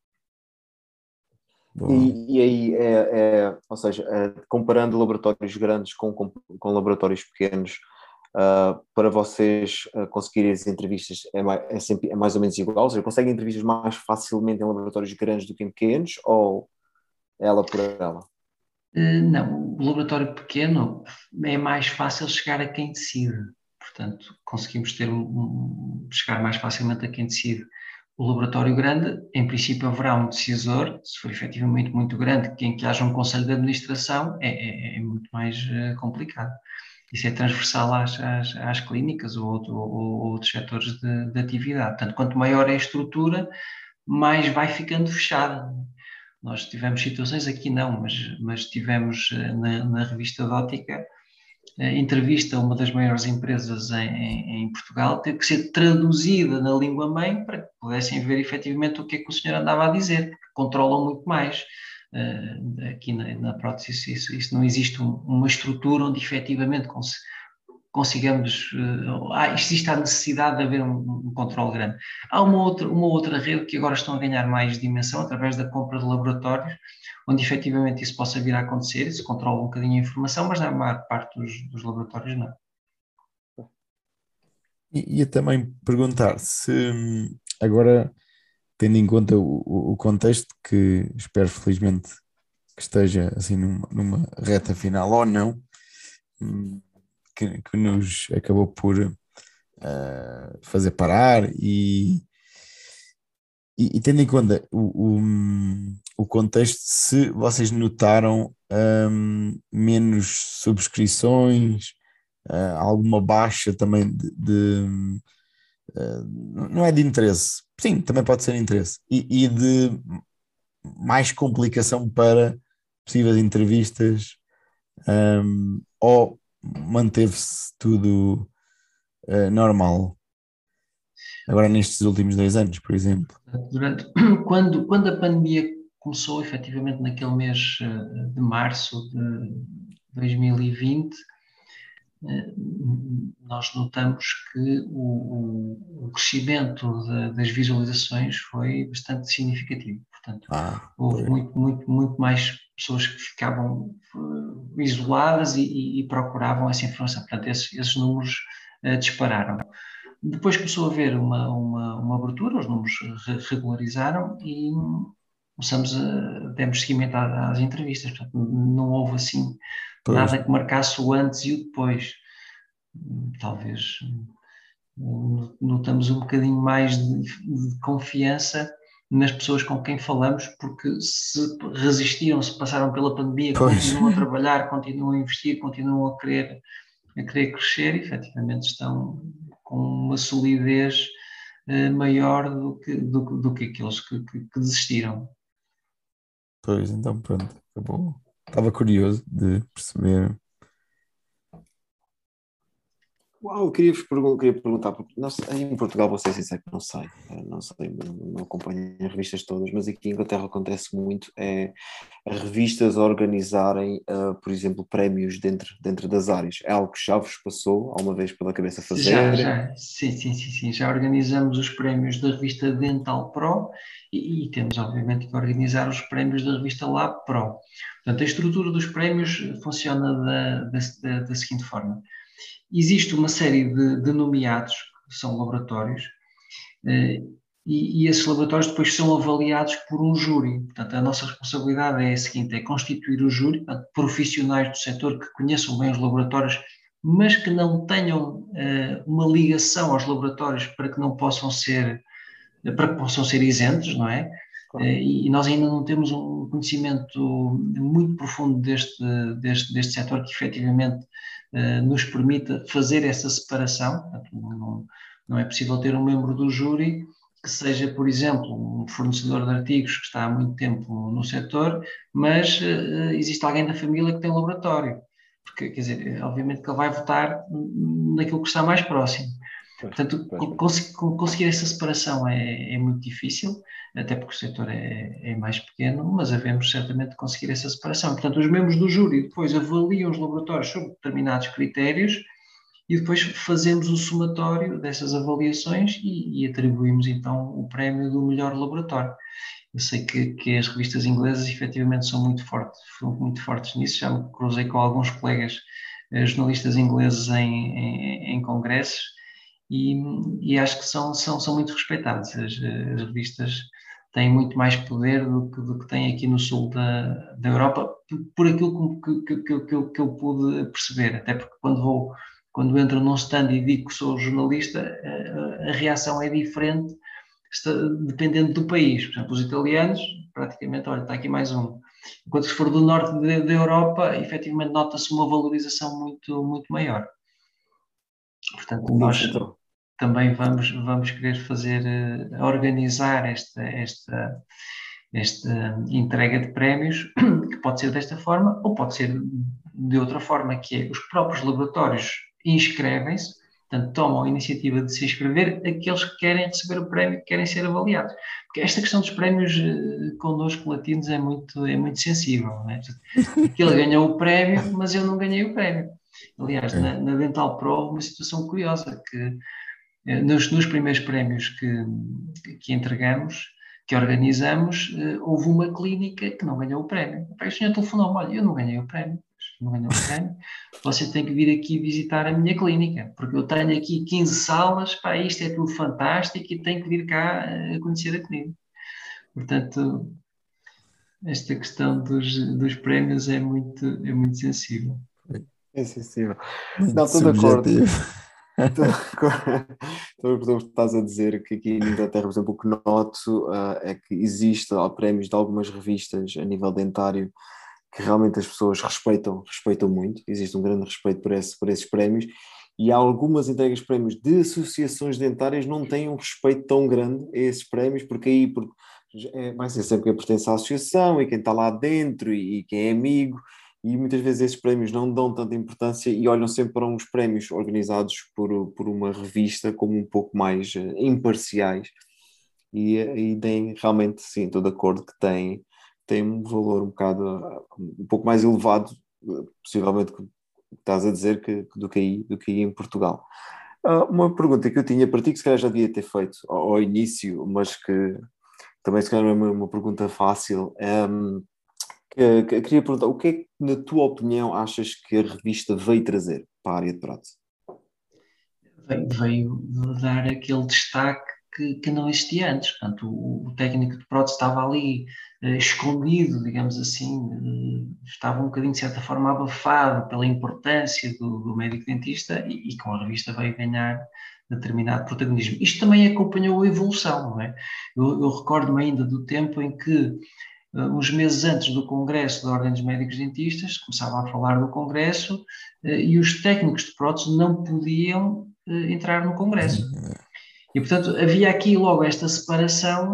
S1: E, e aí, é, é, ou seja, é, comparando laboratórios grandes com, com, com laboratórios pequenos, Uh, para vocês uh, conseguirem as entrevistas é mais, é, sempre, é mais ou menos igual? Ou seja, conseguem entrevistas mais facilmente em laboratórios grandes do que em pequenos, ou é ela por ela?
S3: Uh, não, o laboratório pequeno é mais fácil chegar a quem decide, portanto conseguimos ter um, um, chegar mais facilmente a quem decide. O laboratório grande, em princípio haverá um decisor, se for efetivamente muito grande, que em que haja um conselho de administração, é, é, é muito mais uh, complicado. Isso é transversal às, às, às clínicas ou, outro, ou outros setores de, de atividade. Portanto, quanto maior é a estrutura, mais vai ficando fechada. Nós tivemos situações, aqui não, mas, mas tivemos na, na revista de ótica, entrevista a uma das maiores empresas em, em Portugal, teve que ser traduzida na língua-mãe para que pudessem ver efetivamente o que é que o senhor andava a dizer, porque controlam muito mais. Uh, aqui na, na prótese isso, isso não existe um, uma estrutura onde efetivamente cons consigamos uh, ah, existe a necessidade de haver um, um controle grande. Há uma outra, uma outra rede que agora estão a ganhar mais dimensão através da compra de laboratórios, onde efetivamente isso possa vir a acontecer, isso controla um bocadinho a informação, mas na maior parte dos, dos laboratórios não.
S4: E ia também perguntar se agora, tendo em conta o, o contexto, que espero felizmente que esteja assim numa, numa reta final ou não, que, que nos acabou por uh, fazer parar e, e, e tendo em conta o, o, o contexto, se vocês notaram um, menos subscrições, uh, alguma baixa também de, de uh, não é de interesse, sim, também pode ser interesse, e, e de mais complicação para possíveis entrevistas, um, ou manteve-se tudo uh, normal agora nestes últimos dois anos, por exemplo?
S3: Durante, quando, quando a pandemia começou, efetivamente naquele mês de março de dois mil e vinte, nós notamos que o, o crescimento de, das visualizações foi bastante significativo. Portanto,
S4: Ah,
S3: houve muito, muito, muito mais pessoas que ficavam uh, isoladas e, e, e procuravam essa informação. Portanto, esses, esses números uh, dispararam. Depois começou a haver uma, uma, uma abertura, os números re regularizaram e começamos a demos seguimento às entrevistas. Portanto, não houve assim
S4: pois.
S3: nada que marcasse o antes e o depois. Talvez notamos um bocadinho mais de, de confiança nas pessoas com quem falamos, porque se resistiram, se passaram pela pandemia,
S4: Pois.
S3: continuam a trabalhar, continuam a investir, continuam a querer, a querer crescer, e efetivamente estão com uma solidez uh, maior do que, do, do que aqueles que, que, que desistiram.
S4: Pois, então pronto, acabou. Estava curioso de perceber.
S1: Uau, eu queria, vos pergun- queria perguntar, porque nós, em Portugal, vou ser sincero que não sei, eh, não sei, não, não acompanho as revistas todas, mas aqui em Inglaterra acontece muito, é as revistas organizarem, uh, por exemplo, prémios dentro, dentro das áreas. É algo que já vos passou alguma vez pela cabeça
S3: Já,
S1: fazerem?
S3: já, sim, sim, sim, sim, já organizamos os prémios da revista Dental Pro e, e temos, obviamente, que organizar os prémios da revista Lab Pro. Portanto, a estrutura dos prémios funciona da, da, da, da seguinte forma. Existe uma série de, de nomeados, que são laboratórios, eh, e, e esses laboratórios depois são avaliados por um júri. Portanto, a nossa responsabilidade é a seguinte, é constituir o júri, portanto, profissionais do setor que conheçam bem os laboratórios, mas que não tenham uh, uma ligação aos laboratórios para que não possam ser, para que possam ser isentos, não é? Uh, e nós ainda não temos um conhecimento muito profundo deste, deste, deste setor que efetivamente uh, nos permita fazer essa separação. Portanto, não, não é possível ter um membro do júri que seja, por exemplo, um fornecedor de artigos que está há muito tempo no setor, mas uh, existe alguém da família que tem um laboratório. Porque, quer dizer, obviamente que ele vai votar naquilo que está mais próximo. Portanto, cons conseguir essa separação é, é muito difícil, até porque o setor é, é mais pequeno, mas havemos certamente de conseguir essa separação. Portanto, os membros do júri depois avaliam os laboratórios sob determinados critérios e depois fazemos o somatório dessas avaliações e, e atribuímos então o prémio do melhor laboratório. Eu sei que, que as revistas inglesas efetivamente são muito fortes, são muito fortes nisso, já me cruzei com alguns colegas eh, jornalistas ingleses em, em, em congressos e, e acho que são, são, são muito respeitados. As, as revistas têm muito mais poder do que, do que têm aqui no sul da, da Europa, por, por aquilo que, que, que, que, eu, que eu pude perceber, até porque quando vou, quando entro num stand e digo que sou jornalista, a, a reação é diferente está, dependendo do país. Por exemplo, os italianos, praticamente, olha, está aqui mais um. Enquanto se for do norte da Europa, efetivamente nota-se uma valorização muito, muito maior. Portanto, nós
S1: Então,
S3: também vamos, vamos querer fazer, uh, organizar esta, esta, esta entrega de prémios, que pode ser desta forma ou pode ser de outra forma, que é os próprios laboratórios inscrevem-se, portanto, tomam a iniciativa de se inscrever aqueles que querem receber o prémio, que querem ser avaliados. Porque esta questão dos prémios uh, connosco latinos é muito, é muito sensível, não é? Aquele ganhou o prémio, mas eu não ganhei o prémio. Aliás,
S4: É.
S3: na, na Dental Pro, uma situação curiosa, que nos, nos primeiros prémios que, que entregamos, que organizamos, houve uma clínica que não ganhou o prémio. O senhor telefonou-me, olha, eu não ganhei o prémio, não ganhei o prémio, você tem que vir aqui visitar a minha clínica, porque eu tenho aqui quinze salas, pá, isto é tudo fantástico e tem que vir cá a conhecer a clínica. Portanto, esta questão dos, dos prémios é muito, é muito sensível.
S1: é sensível.
S4: Muito
S1: Não, estou de acordo.
S4: subjetivo.
S1: Estou de acordo com o que estás a dizer, que aqui na Inglaterra, por exemplo, o que noto uh, é que existe há prémios de algumas revistas a nível dentário que realmente as pessoas respeitam, respeitam muito, existe um grande respeito por, esse, por esses prémios, e há algumas entregas de prémios de associações dentárias não têm um respeito tão grande a esses prémios, porque aí porque é, vai ser sempre quem pertence à associação e quem está lá dentro e, e quem é amigo, e muitas vezes esses prémios não dão tanta importância e olham sempre para uns prémios organizados por, por uma revista como um pouco mais uh, imparciais, e, e tem realmente, sim, estou de acordo que tem, tem um valor um bocado, um pouco mais elevado, possivelmente, que estás a dizer, que, que do, que aí, do que aí em Portugal. Uh, uma pergunta que eu tinha para ti, que se calhar já devia ter feito ao, ao início, mas que também se calhar não é uma, uma pergunta fácil, um, que, que, queria perguntar, o que é que, na tua opinião, achas que a revista veio trazer para a área de prótese?
S3: Veio, veio dar aquele destaque que, que não existia antes. Portanto, o, o técnico de prótese estava ali eh, escondido, digamos assim, eh, estava um bocadinho, de certa forma, abafado pela importância do, do médico dentista e, e com a revista veio ganhar determinado protagonismo. Isto também acompanhou a evolução, não é? Eu, eu recordo-me ainda do tempo em que uns meses antes do Congresso da Ordem dos Médicos Dentistas, começava a falar do Congresso e os técnicos de prótese não podiam entrar no Congresso. E, portanto, havia aqui logo esta separação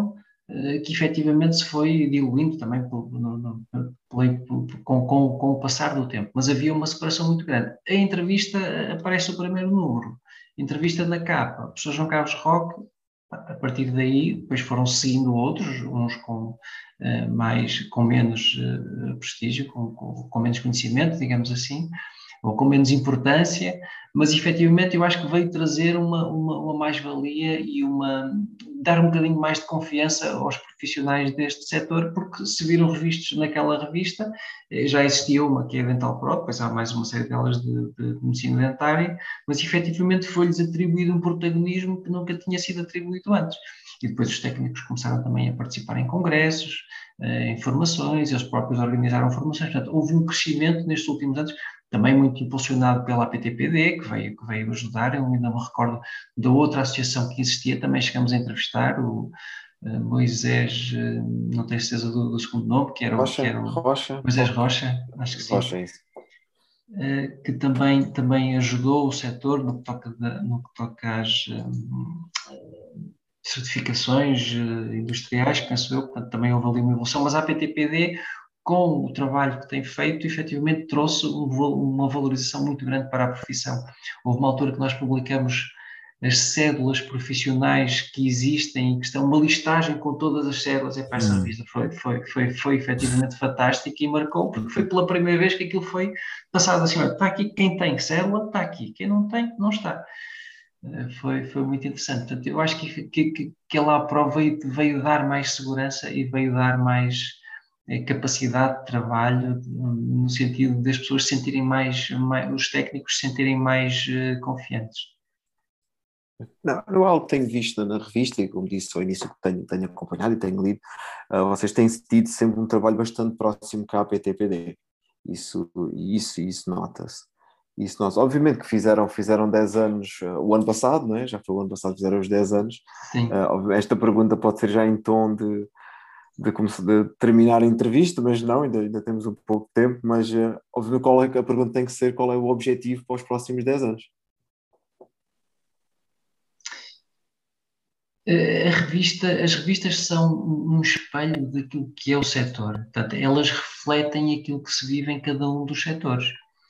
S3: que efetivamente se foi diluindo também pelo, no, no, pelo, com, com, com o passar do tempo, mas havia uma separação muito grande. A entrevista aparece o primeiro número, entrevista na capa, Professor João Carlos Roque, a partir daí depois foram seguindo outros, uns com, uh, mais, com menos uh, prestígio, com, com, com menos conhecimento, digamos assim, ou com menos importância, mas efetivamente eu acho que veio trazer uma, uma, uma mais-valia e uma, dar um bocadinho mais de confiança aos profissionais deste setor, porque se viram revistos naquela revista, já existia uma que é a Dental Pro, depois há mais uma série delas de, de, de medicina dentária, mas efetivamente foi-lhes atribuído um protagonismo que nunca tinha sido atribuído antes. E depois os técnicos começaram também a participar em congressos, em formações, eles próprios organizaram formações. Portanto, houve um crescimento nestes últimos anos, também muito impulsionado pela A P T P D, que veio, que veio ajudar. Eu ainda me recordo da outra associação que existia, também chegamos a entrevistar o uh, Moisés, uh, não tenho certeza do, do segundo nome, que era o,
S1: Rocha,
S3: que era o
S1: Rocha,
S3: Moisés Rocha, acho que sim,
S1: Rocha, é isso.
S3: Uh, que também, também ajudou o setor no que toca, de, no que toca às um, certificações uh, industriais, penso eu, portanto também houve ali uma evolução, mas a A P T P D, com o trabalho que tem feito, efetivamente trouxe um, uma valorização muito grande para a profissão. Houve uma altura que nós publicamos as cédulas profissionais que existem e que estão, uma listagem com todas as cédulas. Epá, essa revista foi, foi, foi, foi efetivamente fantástica e marcou, porque foi pela primeira vez que aquilo foi passado assim, olha, está aqui quem tem cédula, está aqui, quem não tem, não está. Foi, foi muito interessante. Portanto, eu acho que, que, que, que ela à prova veio, veio dar mais segurança e veio dar mais eh, capacidade de trabalho, no sentido das pessoas se sentirem mais, mais os técnicos se sentirem mais eh, confiantes.
S1: Não, não é algo que tenho visto na revista, e como disse ao início que tenho, tenho acompanhado e tenho lido, uh, vocês têm tido sempre um trabalho bastante próximo com a A P T P D. Isso, isso, isso nota-se. Isso nota-se. Obviamente que fizeram, fizeram dez anos uh, o ano passado, não é? Já foi o ano passado que fizeram os dez anos.
S3: Sim.
S1: Uh, esta pergunta pode ser já em tom de, de, de terminar a entrevista, mas não, ainda, ainda temos um pouco de tempo, mas uh, obviamente qual é, a pergunta tem que ser qual é o objetivo para os próximos dez anos.
S3: A revista, as revistas são um espelho daquilo que é o setor. Portanto, elas refletem aquilo que se vive em cada um dos setores.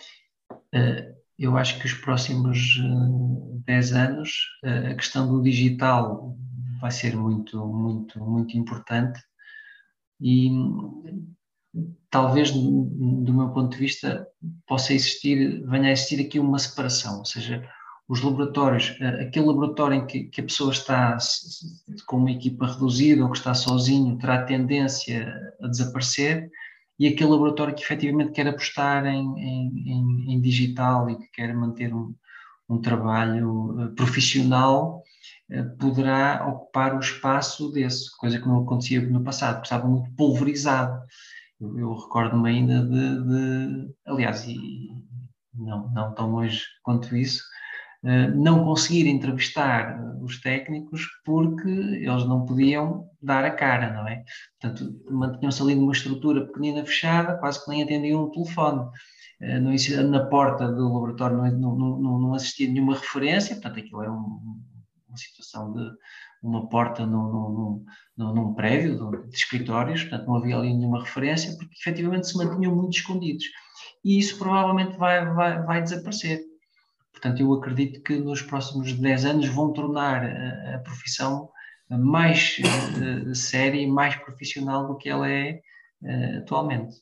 S3: Eu acho que os próximos dez anos, a questão do digital vai ser muito, muito, muito importante e talvez, do meu ponto de vista, possa existir, venha a existir aqui uma separação, ou seja, os laboratórios, aquele laboratório em que, que a pessoa está com uma equipa reduzida ou que está sozinho, terá tendência a desaparecer, e aquele laboratório que efetivamente quer apostar em, em, em digital e que quer manter um, um trabalho profissional, poderá ocupar o espaço desse, coisa que não acontecia no passado, porque estava muito pulverizado. Eu, eu recordo-me ainda de, de aliás, e não, não tão longe quanto isso, não conseguir entrevistar os técnicos porque eles não podiam dar a cara, não é? Portanto, mantinham-se ali numa estrutura pequenina, fechada, quase que nem atendiam o telefone. Não, na porta do laboratório não, não, não, não assistia nenhuma referência, portanto, aquilo era um, uma situação de uma porta num, num, num prédio de, de escritórios, portanto, não havia ali nenhuma referência, porque efetivamente se mantinham muito escondidos. E isso provavelmente vai, vai, vai desaparecer. Portanto, eu acredito que nos próximos dez anos vão tornar a, a profissão mais uh, séria e mais profissional do que ela é uh, atualmente.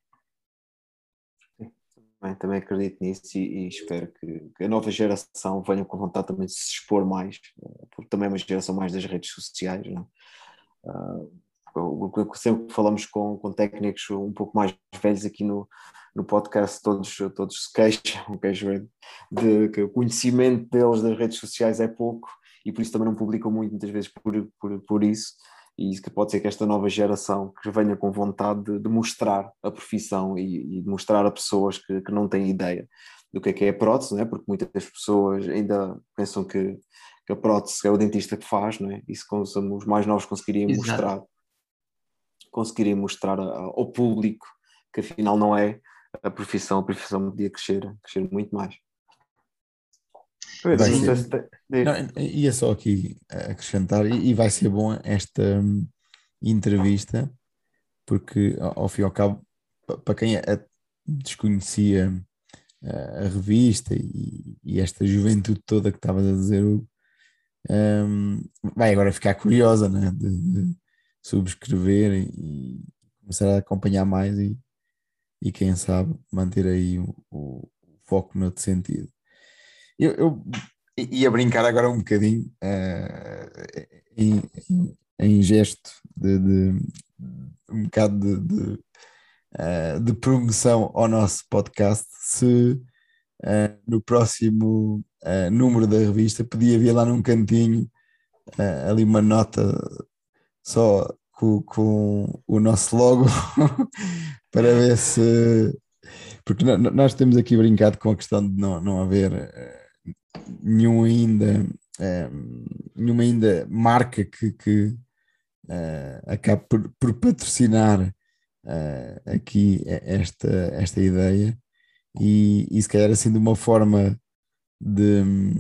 S1: Também, também acredito nisso e, e espero que, que a nova geração venha com vontade também de se expor mais, porque também é uma geração mais das redes sociais, não é? Uh, sempre que falamos com, com técnicos um pouco mais velhos aqui no, no podcast, todos, todos se queixam, queixam de que o conhecimento deles das redes sociais é pouco e por isso também não publicam muito, muitas vezes por, por, por isso, e isso que pode ser que esta nova geração que venha com vontade de, de mostrar a profissão e, e de mostrar a pessoas que, que não têm ideia do que é que é a prótese, não é? Porque muitas pessoas ainda pensam que, que a prótese é o dentista que faz, não é? E se os mais novos conseguiriam
S3: Exato.
S1: mostrar conseguirem mostrar ao público que afinal não é a profissão, a profissão podia crescer, crescer muito mais.
S4: Vai ser, não, ia só aqui acrescentar, e, e vai ser bom esta, entrevista, porque ao, ao fim e ao cabo, para quem a desconhecia a, a revista e, e esta juventude toda que estavas a dizer, um, vai agora ficar curiosa, né? de, de subscrever e, e começar a acompanhar mais e, e quem sabe manter aí o, o foco noutro sentido. Eu, eu ia brincar agora um bocadinho uh, em, em, em gesto de, de um bocado de, de, uh, de promoção ao nosso podcast, se uh, no próximo uh, número da revista podia haver lá num cantinho uh, ali uma nota só com, com o nosso logo para ver se... Porque nós temos aqui brincado com a questão de não, não haver uh, nenhum ainda, uh, nenhuma ainda marca que, que uh, acabe por, por patrocinar uh, aqui esta, esta ideia e, e se calhar assim de uma forma de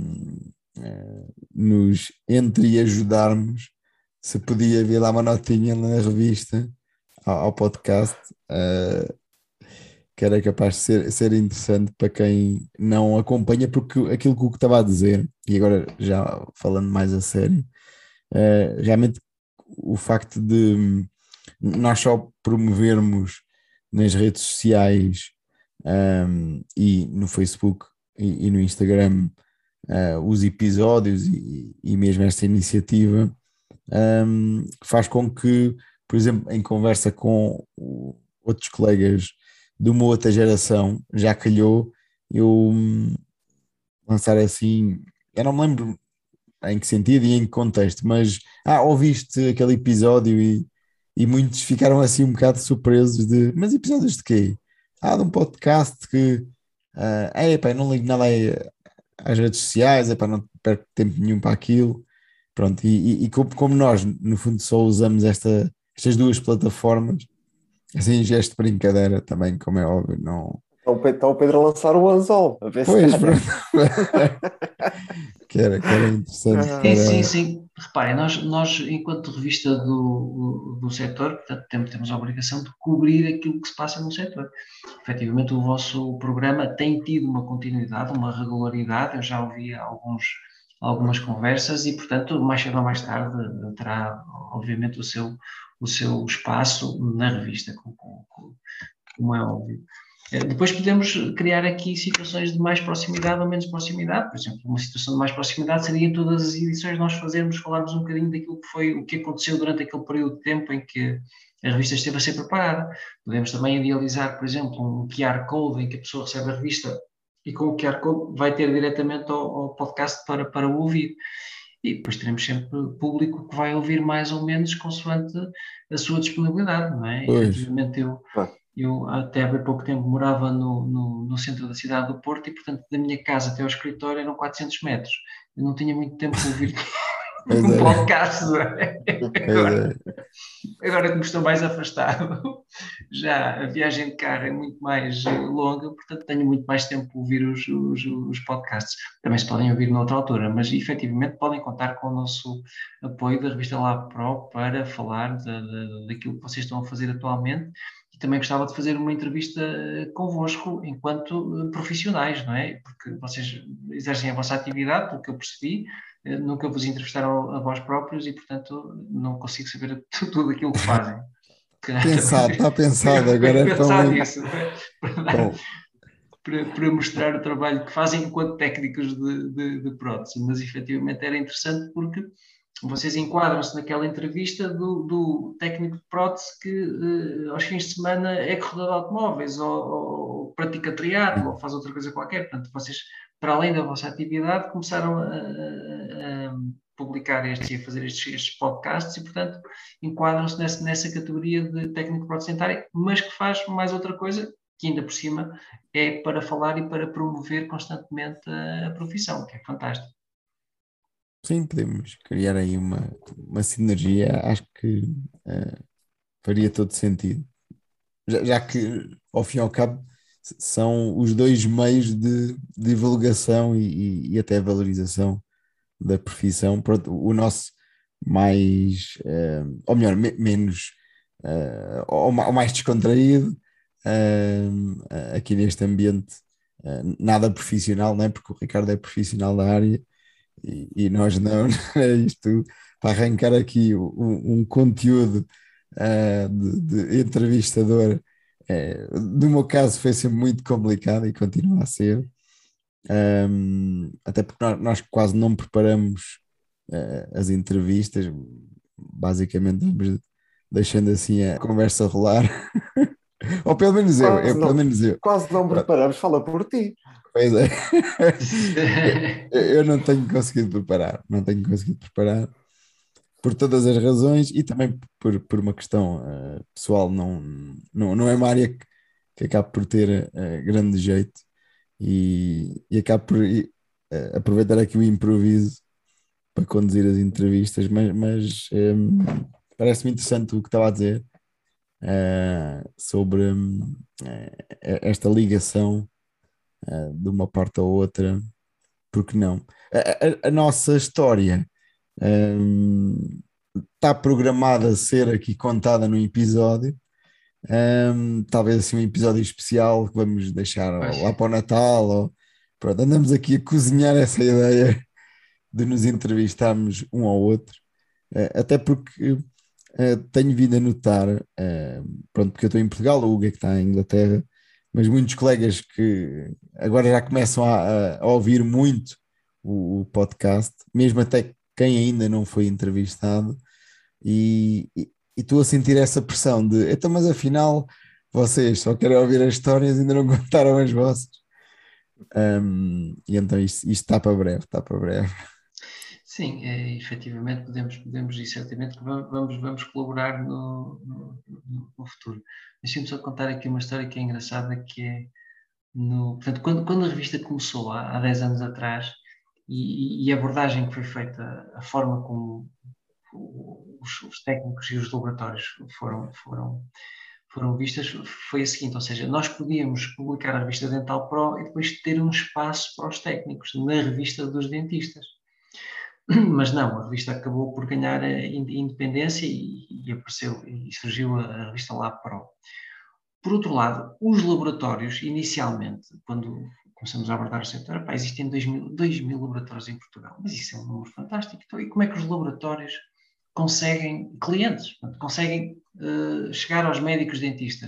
S4: uh, nos entreajudarmos, se podia haver lá uma notinha na revista ao, ao podcast, uh, que era capaz de ser, ser interessante para quem não acompanha, porque aquilo que o que estava a dizer, e agora já falando mais a sério, uh, realmente o facto de nós só promovermos nas redes sociais um, e no Facebook e, e no Instagram uh, os episódios e, e mesmo esta iniciativa um, faz com que, por exemplo, em conversa com outros colegas de uma outra geração, já calhou eu lançar assim, eu não me lembro em que sentido e em que contexto, mas ah, ouviste aquele episódio e, e muitos ficaram assim um bocado surpresos de, mas episódios de quê? Ah, de um podcast que uh, é, pá, eu não ligo nada às redes sociais, é, pá, não perco tempo nenhum para aquilo, pronto, e, e, e como, como nós no fundo só usamos esta, estas duas plataformas, assim, gesto de brincadeira também, como é óbvio, não...
S1: Está o Pedro a lançar o anzol, a ver
S4: pois,
S1: se calhar.
S4: que, era, que era interessante.
S3: Sim,
S4: para...
S3: sim, sim. Reparem, nós, nós enquanto revista do, do, do setor, portanto, temos, temos a obrigação de cobrir aquilo que se passa no setor. Efetivamente, o vosso programa tem tido uma continuidade, uma regularidade. Eu já ouvi alguns, algumas conversas e, portanto, mais cedo ou mais tarde terá, obviamente, o seu, o seu espaço na revista, como, como, como é óbvio. Depois podemos criar aqui situações de mais proximidade ou menos proximidade. Por exemplo, uma situação de mais proximidade seria em todas as edições nós fazermos, falarmos um bocadinho daquilo que foi, o que aconteceu durante aquele período de tempo em que a revista esteve a ser preparada. Podemos também idealizar, por exemplo, um Q R Code em que a pessoa recebe a revista e com o Q R Code vai ter diretamente ao, ao podcast para, para o ouvir. E depois teremos sempre público que vai ouvir mais ou menos consoante a sua disponibilidade, não é?
S4: Pois.
S3: Efetivamente eu... Eu até há pouco tempo morava no, no, no centro da cidade do Porto e, portanto, da minha casa até ao escritório eram quatrocentos metros. Eu não tinha muito tempo para ouvir um podcast. Agora, agora que me estou mais afastado, já a viagem de carro é muito mais longa, portanto tenho muito mais tempo para ouvir os, os, os podcasts. Também se podem ouvir noutra altura, mas efetivamente podem contar com o nosso apoio da revista Lab Pro para falar da, da, daquilo que vocês estão a fazer atualmente. E também gostava de fazer uma entrevista convosco enquanto profissionais, não é? Porque vocês exercem a vossa atividade, pelo que eu percebi, nunca vos entrevistaram a vós próprios e, portanto, não consigo saber tudo aquilo que fazem.
S4: Pensado, está pensado, agora é
S3: pensar nisso, para, para, para mostrar o trabalho que fazem enquanto técnicos de, de, de prótese, mas efetivamente era interessante porque vocês enquadram-se naquela entrevista do, do técnico de prótese que uh, aos fins de semana é corredor de automóveis ou, ou pratica triatlo ou faz outra coisa qualquer. Portanto, vocês, para além da vossa atividade, começaram a, a, a publicar estes e a fazer estes, estes podcasts e, portanto, enquadram-se nessa, nessa categoria de técnico de prótese dentária, mas que faz mais outra coisa, que ainda por cima é para falar e para promover constantemente a, a profissão, que é fantástico.
S4: Sim, podemos criar aí uma, uma sinergia, acho que uh, faria todo sentido. Já, já que, ao fim e ao cabo, são os dois meios de divulgação e, e, e até valorização da profissão. Pronto, o nosso mais, uh, ou melhor, me, menos, uh, ou, ou mais descontraído, uh, aqui neste ambiente, uh, nada profissional, não é? Porque o Ricardo é profissional da área e, e nós não, é isto, para arrancar aqui um, um conteúdo uh, de, de entrevistador, uh, no meu caso foi sempre muito complicado e continua a ser. Um, até porque nós, nós quase não preparamos uh, as entrevistas, basicamente vamos deixando assim a conversa rolar, ou pelo menos eu,
S1: Quase
S4: eu, pelo
S1: não,
S4: menos eu.
S1: quase não preparamos, fala por ti.
S4: Pois é, eu, eu não tenho conseguido preparar, não tenho conseguido preparar por todas as razões e também por, por uma questão uh, pessoal, não, não, não é uma área que, que acaba por ter uh, grande jeito e, e acabo por uh, aproveitar aqui o improviso para conduzir as entrevistas, mas, mas um, parece-me interessante o que estava a dizer uh, sobre um, esta ligação uh, de uma parte à outra, porque não? A, a, a nossa história um, está programada a ser aqui contada num episódio, um, talvez assim um episódio especial que vamos deixar lá para o Natal, ou, pronto, andamos aqui a cozinhar essa ideia de nos entrevistarmos um ao outro, uh, até porque uh, tenho vindo a notar, uh, pronto, porque eu estou em Portugal, o Hugo é que está em Inglaterra, mas muitos colegas que agora já começam a, a ouvir muito o, o podcast, mesmo até quem ainda não foi entrevistado, e, e, e estou a sentir essa pressão de, então, mas afinal vocês só querem ouvir as histórias e ainda não contaram as vossas. Um, e então isto, isto está para breve, está para breve.
S3: Sim, é, efetivamente podemos, podemos e certamente vamos, vamos colaborar no, no, no futuro. Deixem-me só contar aqui uma história que é engraçada, que é, no, portanto, quando, quando a revista começou há, há dez anos atrás, e, e a abordagem que foi feita, a forma como os, os técnicos e os laboratórios foram, foram, foram vistas, foi a seguinte, ou seja, nós podíamos publicar a revista Dental Pro e depois ter um espaço para os técnicos na revista dos dentistas. Mas não, a revista acabou por ganhar a independência e, e apareceu e surgiu a revista Lab Pro. Por outro lado, os laboratórios, inicialmente, quando começamos a abordar o setor, pá, existem dois mil laboratórios em Portugal, mas isso é um número fantástico. Então, e como é que os laboratórios conseguem, clientes, conseguem uh, chegar aos médicos dentistas?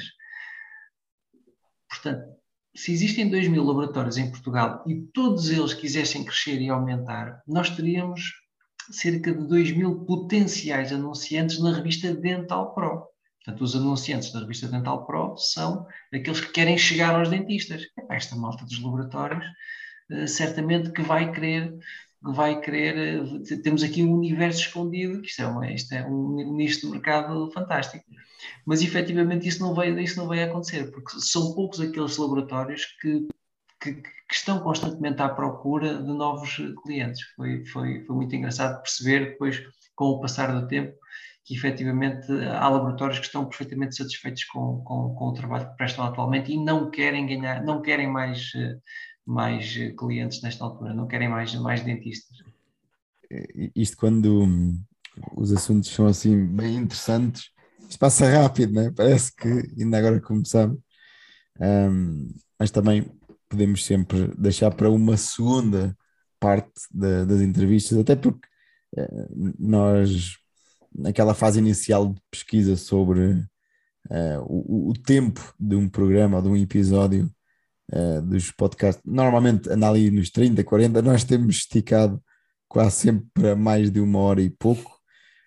S3: Portanto, se existem dois mil laboratórios em Portugal e todos eles quisessem crescer e aumentar, nós teríamos cerca de dois mil potenciais anunciantes na revista Dental Pro. Portanto, os anunciantes da revista Dental Pro são aqueles que querem chegar aos dentistas. Esta malta dos laboratórios, certamente que vai querer, vai querer, temos aqui um universo escondido, que isto é, uma, isto é um nicho de mercado fantástico. Mas, efetivamente, isso não vai, isso não vai acontecer, porque são poucos aqueles laboratórios que, que, que estão constantemente à procura de novos clientes. Foi, foi, foi muito engraçado perceber depois, com o passar do tempo, que efetivamente há laboratórios que estão perfeitamente satisfeitos com, com, com o trabalho que prestam atualmente e não querem ganhar, não querem mais, mais clientes nesta altura, não querem mais, mais dentistas.
S4: Isto quando os assuntos são assim bem interessantes, isto passa rápido, né? Parece que ainda agora começamos, um, mas também podemos sempre deixar para uma segunda parte da, das entrevistas, até porque uh, nós, naquela fase inicial de pesquisa sobre uh, o, o tempo de um programa ou de um episódio uh, dos podcasts, normalmente anda ali nos trinta, quarenta, nós temos esticado quase sempre para mais de uma hora e pouco.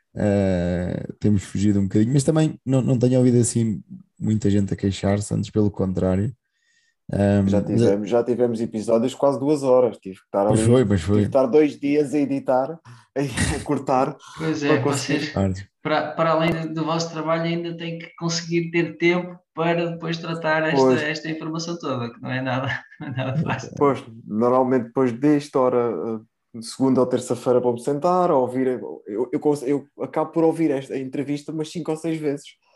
S4: Uh, temos fugido um bocadinho, mas também não, não tenho ouvido assim muita gente a queixar-se, antes pelo contrário. Um,
S1: já, tivemos, já tivemos episódios de quase duas horas, tive que estar
S4: pois
S1: ali,
S4: foi, pois foi.
S1: tive que estar dois dias a editar, a cortar.
S3: Pois é, vocês, para, para além do vosso trabalho, ainda têm que conseguir ter tempo para depois tratar esta, esta informação toda, que não é nada, não é nada fácil.
S1: Pois, normalmente depois desta hora, segunda ou terça-feira, vou-me sentar a ouvir, eu, eu, eu acabo por ouvir esta entrevista umas cinco ou seis vezes,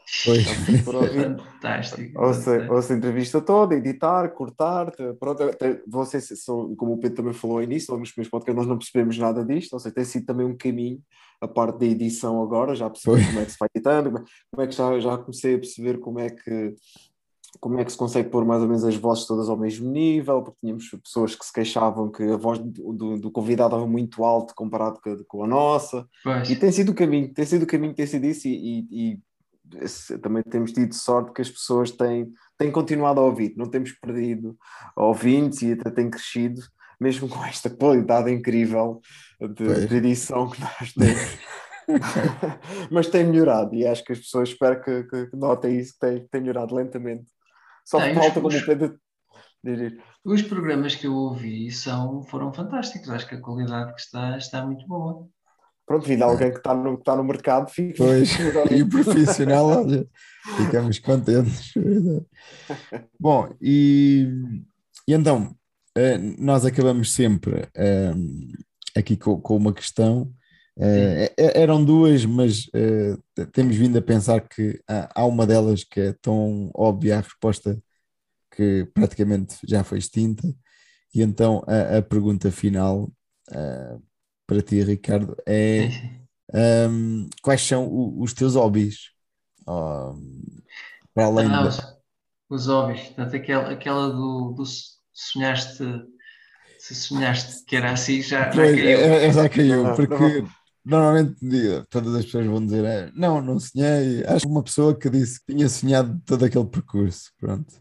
S4: Pois.
S3: Fantástico.
S1: Ouça, ouça a entrevista toda, editar, cortar. Pronto, vocês, como o Pedro também falou ao início, nos meus podcasts, nós não percebemos nada disto. Ou seja, tem sido também um caminho a parte da edição agora. Já percebi
S4: Pois.
S1: como é que se vai editando, como é que já, já comecei a perceber como é que. Como é que se consegue pôr mais ou menos as vozes todas ao mesmo nível, porque tínhamos pessoas que se queixavam que a voz do, do, do convidado estava muito alta comparado com a, com a nossa.
S3: Pois.
S1: E tem sido o caminho, tem sido o caminho, tem sido isso, e, e, e também temos tido sorte que as pessoas têm, têm continuado a ouvir, não temos perdido ouvintes e até tem crescido, mesmo com esta qualidade incrível de, de edição que nós temos. Mas tem melhorado, e acho que as pessoas, espero que, que, que notem isso, que tem, tem melhorado lentamente. Só
S3: Não,
S1: falta,
S3: os,
S1: como o Pedro dizer.
S3: Os programas que eu ouvi são, foram fantásticos. Acho que a qualidade que está, está muito boa.
S1: Pronto, vindo alguém que está no, que está no mercado, fica.
S4: Pois, e profissional, olha, ficamos contentes. Bom, e, e então, nós acabamos sempre aqui com, com uma questão. Uh, eram duas, mas uh, temos vindo a pensar que há, há uma delas que é tão óbvia a resposta que praticamente já foi extinta, e então a, a pergunta final uh, para ti, Ricardo, é um, quais são o, os teus hobbies? Um, para além
S3: ah,
S4: da...
S3: os, os hobbies, portanto, aquela, aquela do, do sonhaste, se sonhaste que era assim, já, já
S4: pois,
S3: caiu.
S4: É, é, já caiu,
S1: Não,
S4: porque
S1: não.
S4: normalmente todas as pessoas vão dizer é, não, não sonhei. Acho que uma pessoa que disse que tinha sonhado todo aquele percurso, pronto.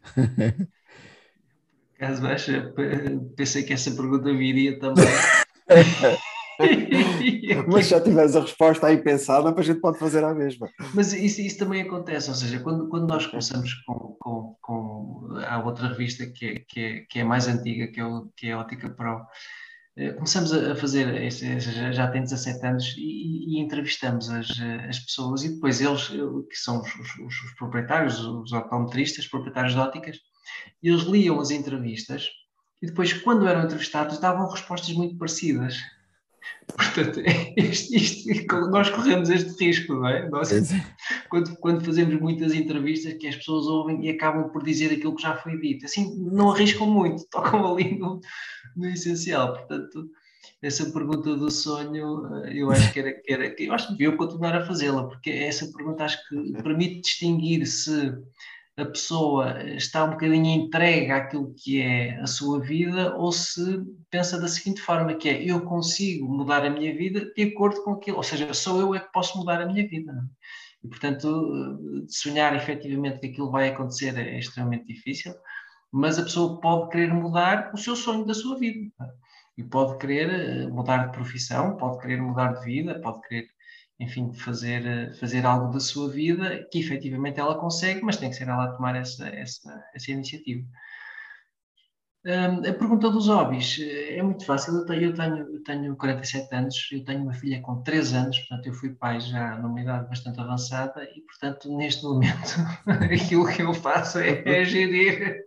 S3: Caso baixa, pensei que essa pergunta viria também.
S1: Mas já tiveres a resposta aí pensada, a gente pode fazer a mesma.
S3: Mas isso, isso também acontece, ou seja, quando, quando nós começamos com, com, com a outra revista que é, que é, que é mais antiga, que é, o, que é a Ótica Pro, começamos a fazer, já tem dezassete anos, e, e entrevistamos as, as pessoas, e depois eles, que são os, os, os proprietários, os optometristas, proprietários de óticas, eles liam as entrevistas e depois, quando eram entrevistados, davam respostas muito parecidas. Portanto, isto, isto, nós corremos este risco, não é? Nós, quando, quando fazemos muitas entrevistas, que as pessoas ouvem e acabam por dizer aquilo que já foi dito. Assim, não arriscam muito, tocam ali no, no essencial. Portanto, essa pergunta do sonho, eu acho que era, que era eu acho que devia continuar a fazê-la, porque essa pergunta acho que permite distinguir se a pessoa está um bocadinho entregue àquilo que é a sua vida, ou se pensa da seguinte forma, que é, eu consigo mudar a minha vida de acordo com aquilo, ou seja, sou eu é que posso mudar a minha vida, não é? E, portanto, sonhar efetivamente que aquilo vai acontecer é extremamente difícil, mas a pessoa pode querer mudar o seu sonho da sua vida, não é? E pode querer mudar de profissão, pode querer mudar de vida, pode querer, enfim, fazer, fazer algo da sua vida que efetivamente ela consegue, mas tem que ser ela a tomar essa, essa, essa iniciativa. Um, a pergunta dos hobbies é muito fácil. Eu tenho, eu, tenho, eu tenho quarenta e sete anos, eu tenho uma filha com três anos, portanto eu fui pai já numa idade bastante avançada e, portanto, neste momento aquilo que eu faço é, é gerir.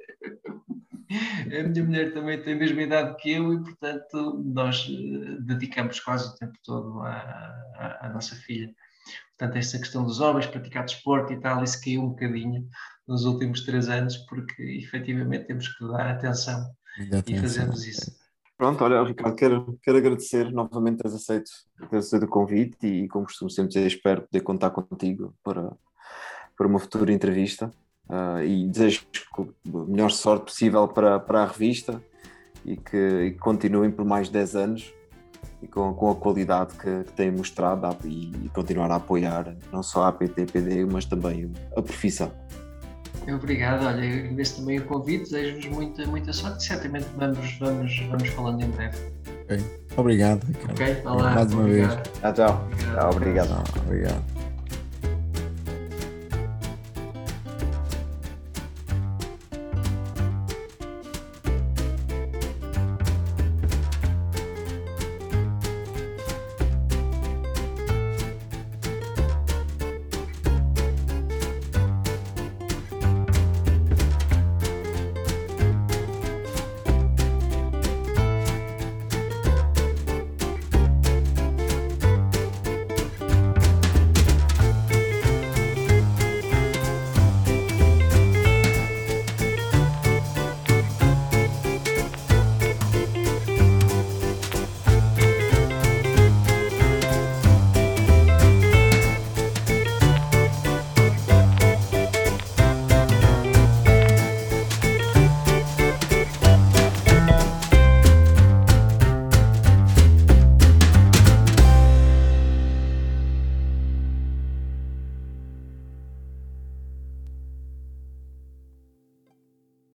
S3: A minha mulher também tem a mesma idade que eu e, portanto, nós dedicamos quase o tempo todo à, à, à nossa filha. Portanto, essa questão dos hobbies, praticar desporto e tal, isso caiu um bocadinho nos últimos três anos, porque efetivamente temos que dar atenção e fazemos isso.
S1: Pronto, olha, Ricardo, quero, quero agradecer novamente teres aceito, teres aceito o convite e, como costumo sempre dizer, espero poder contar contigo para, para uma futura entrevista. Uh, e desejo a melhor sorte possível para, para a revista e que, e que continuem por mais dez anos e com, com a qualidade que, que têm mostrado e, e continuar a apoiar não só a A P T P D, mas também a profissão.
S3: Obrigado, olha, eu agradeço também o convite, desejo-vos muita, muita sorte e certamente vamos, vamos, vamos falando em breve.
S4: Okay. Obrigado, Ricardo.
S3: Okay, olá,
S4: mais uma
S3: obrigado.
S4: vez.
S1: Tchau, tchau. Obrigado.
S4: Obrigado.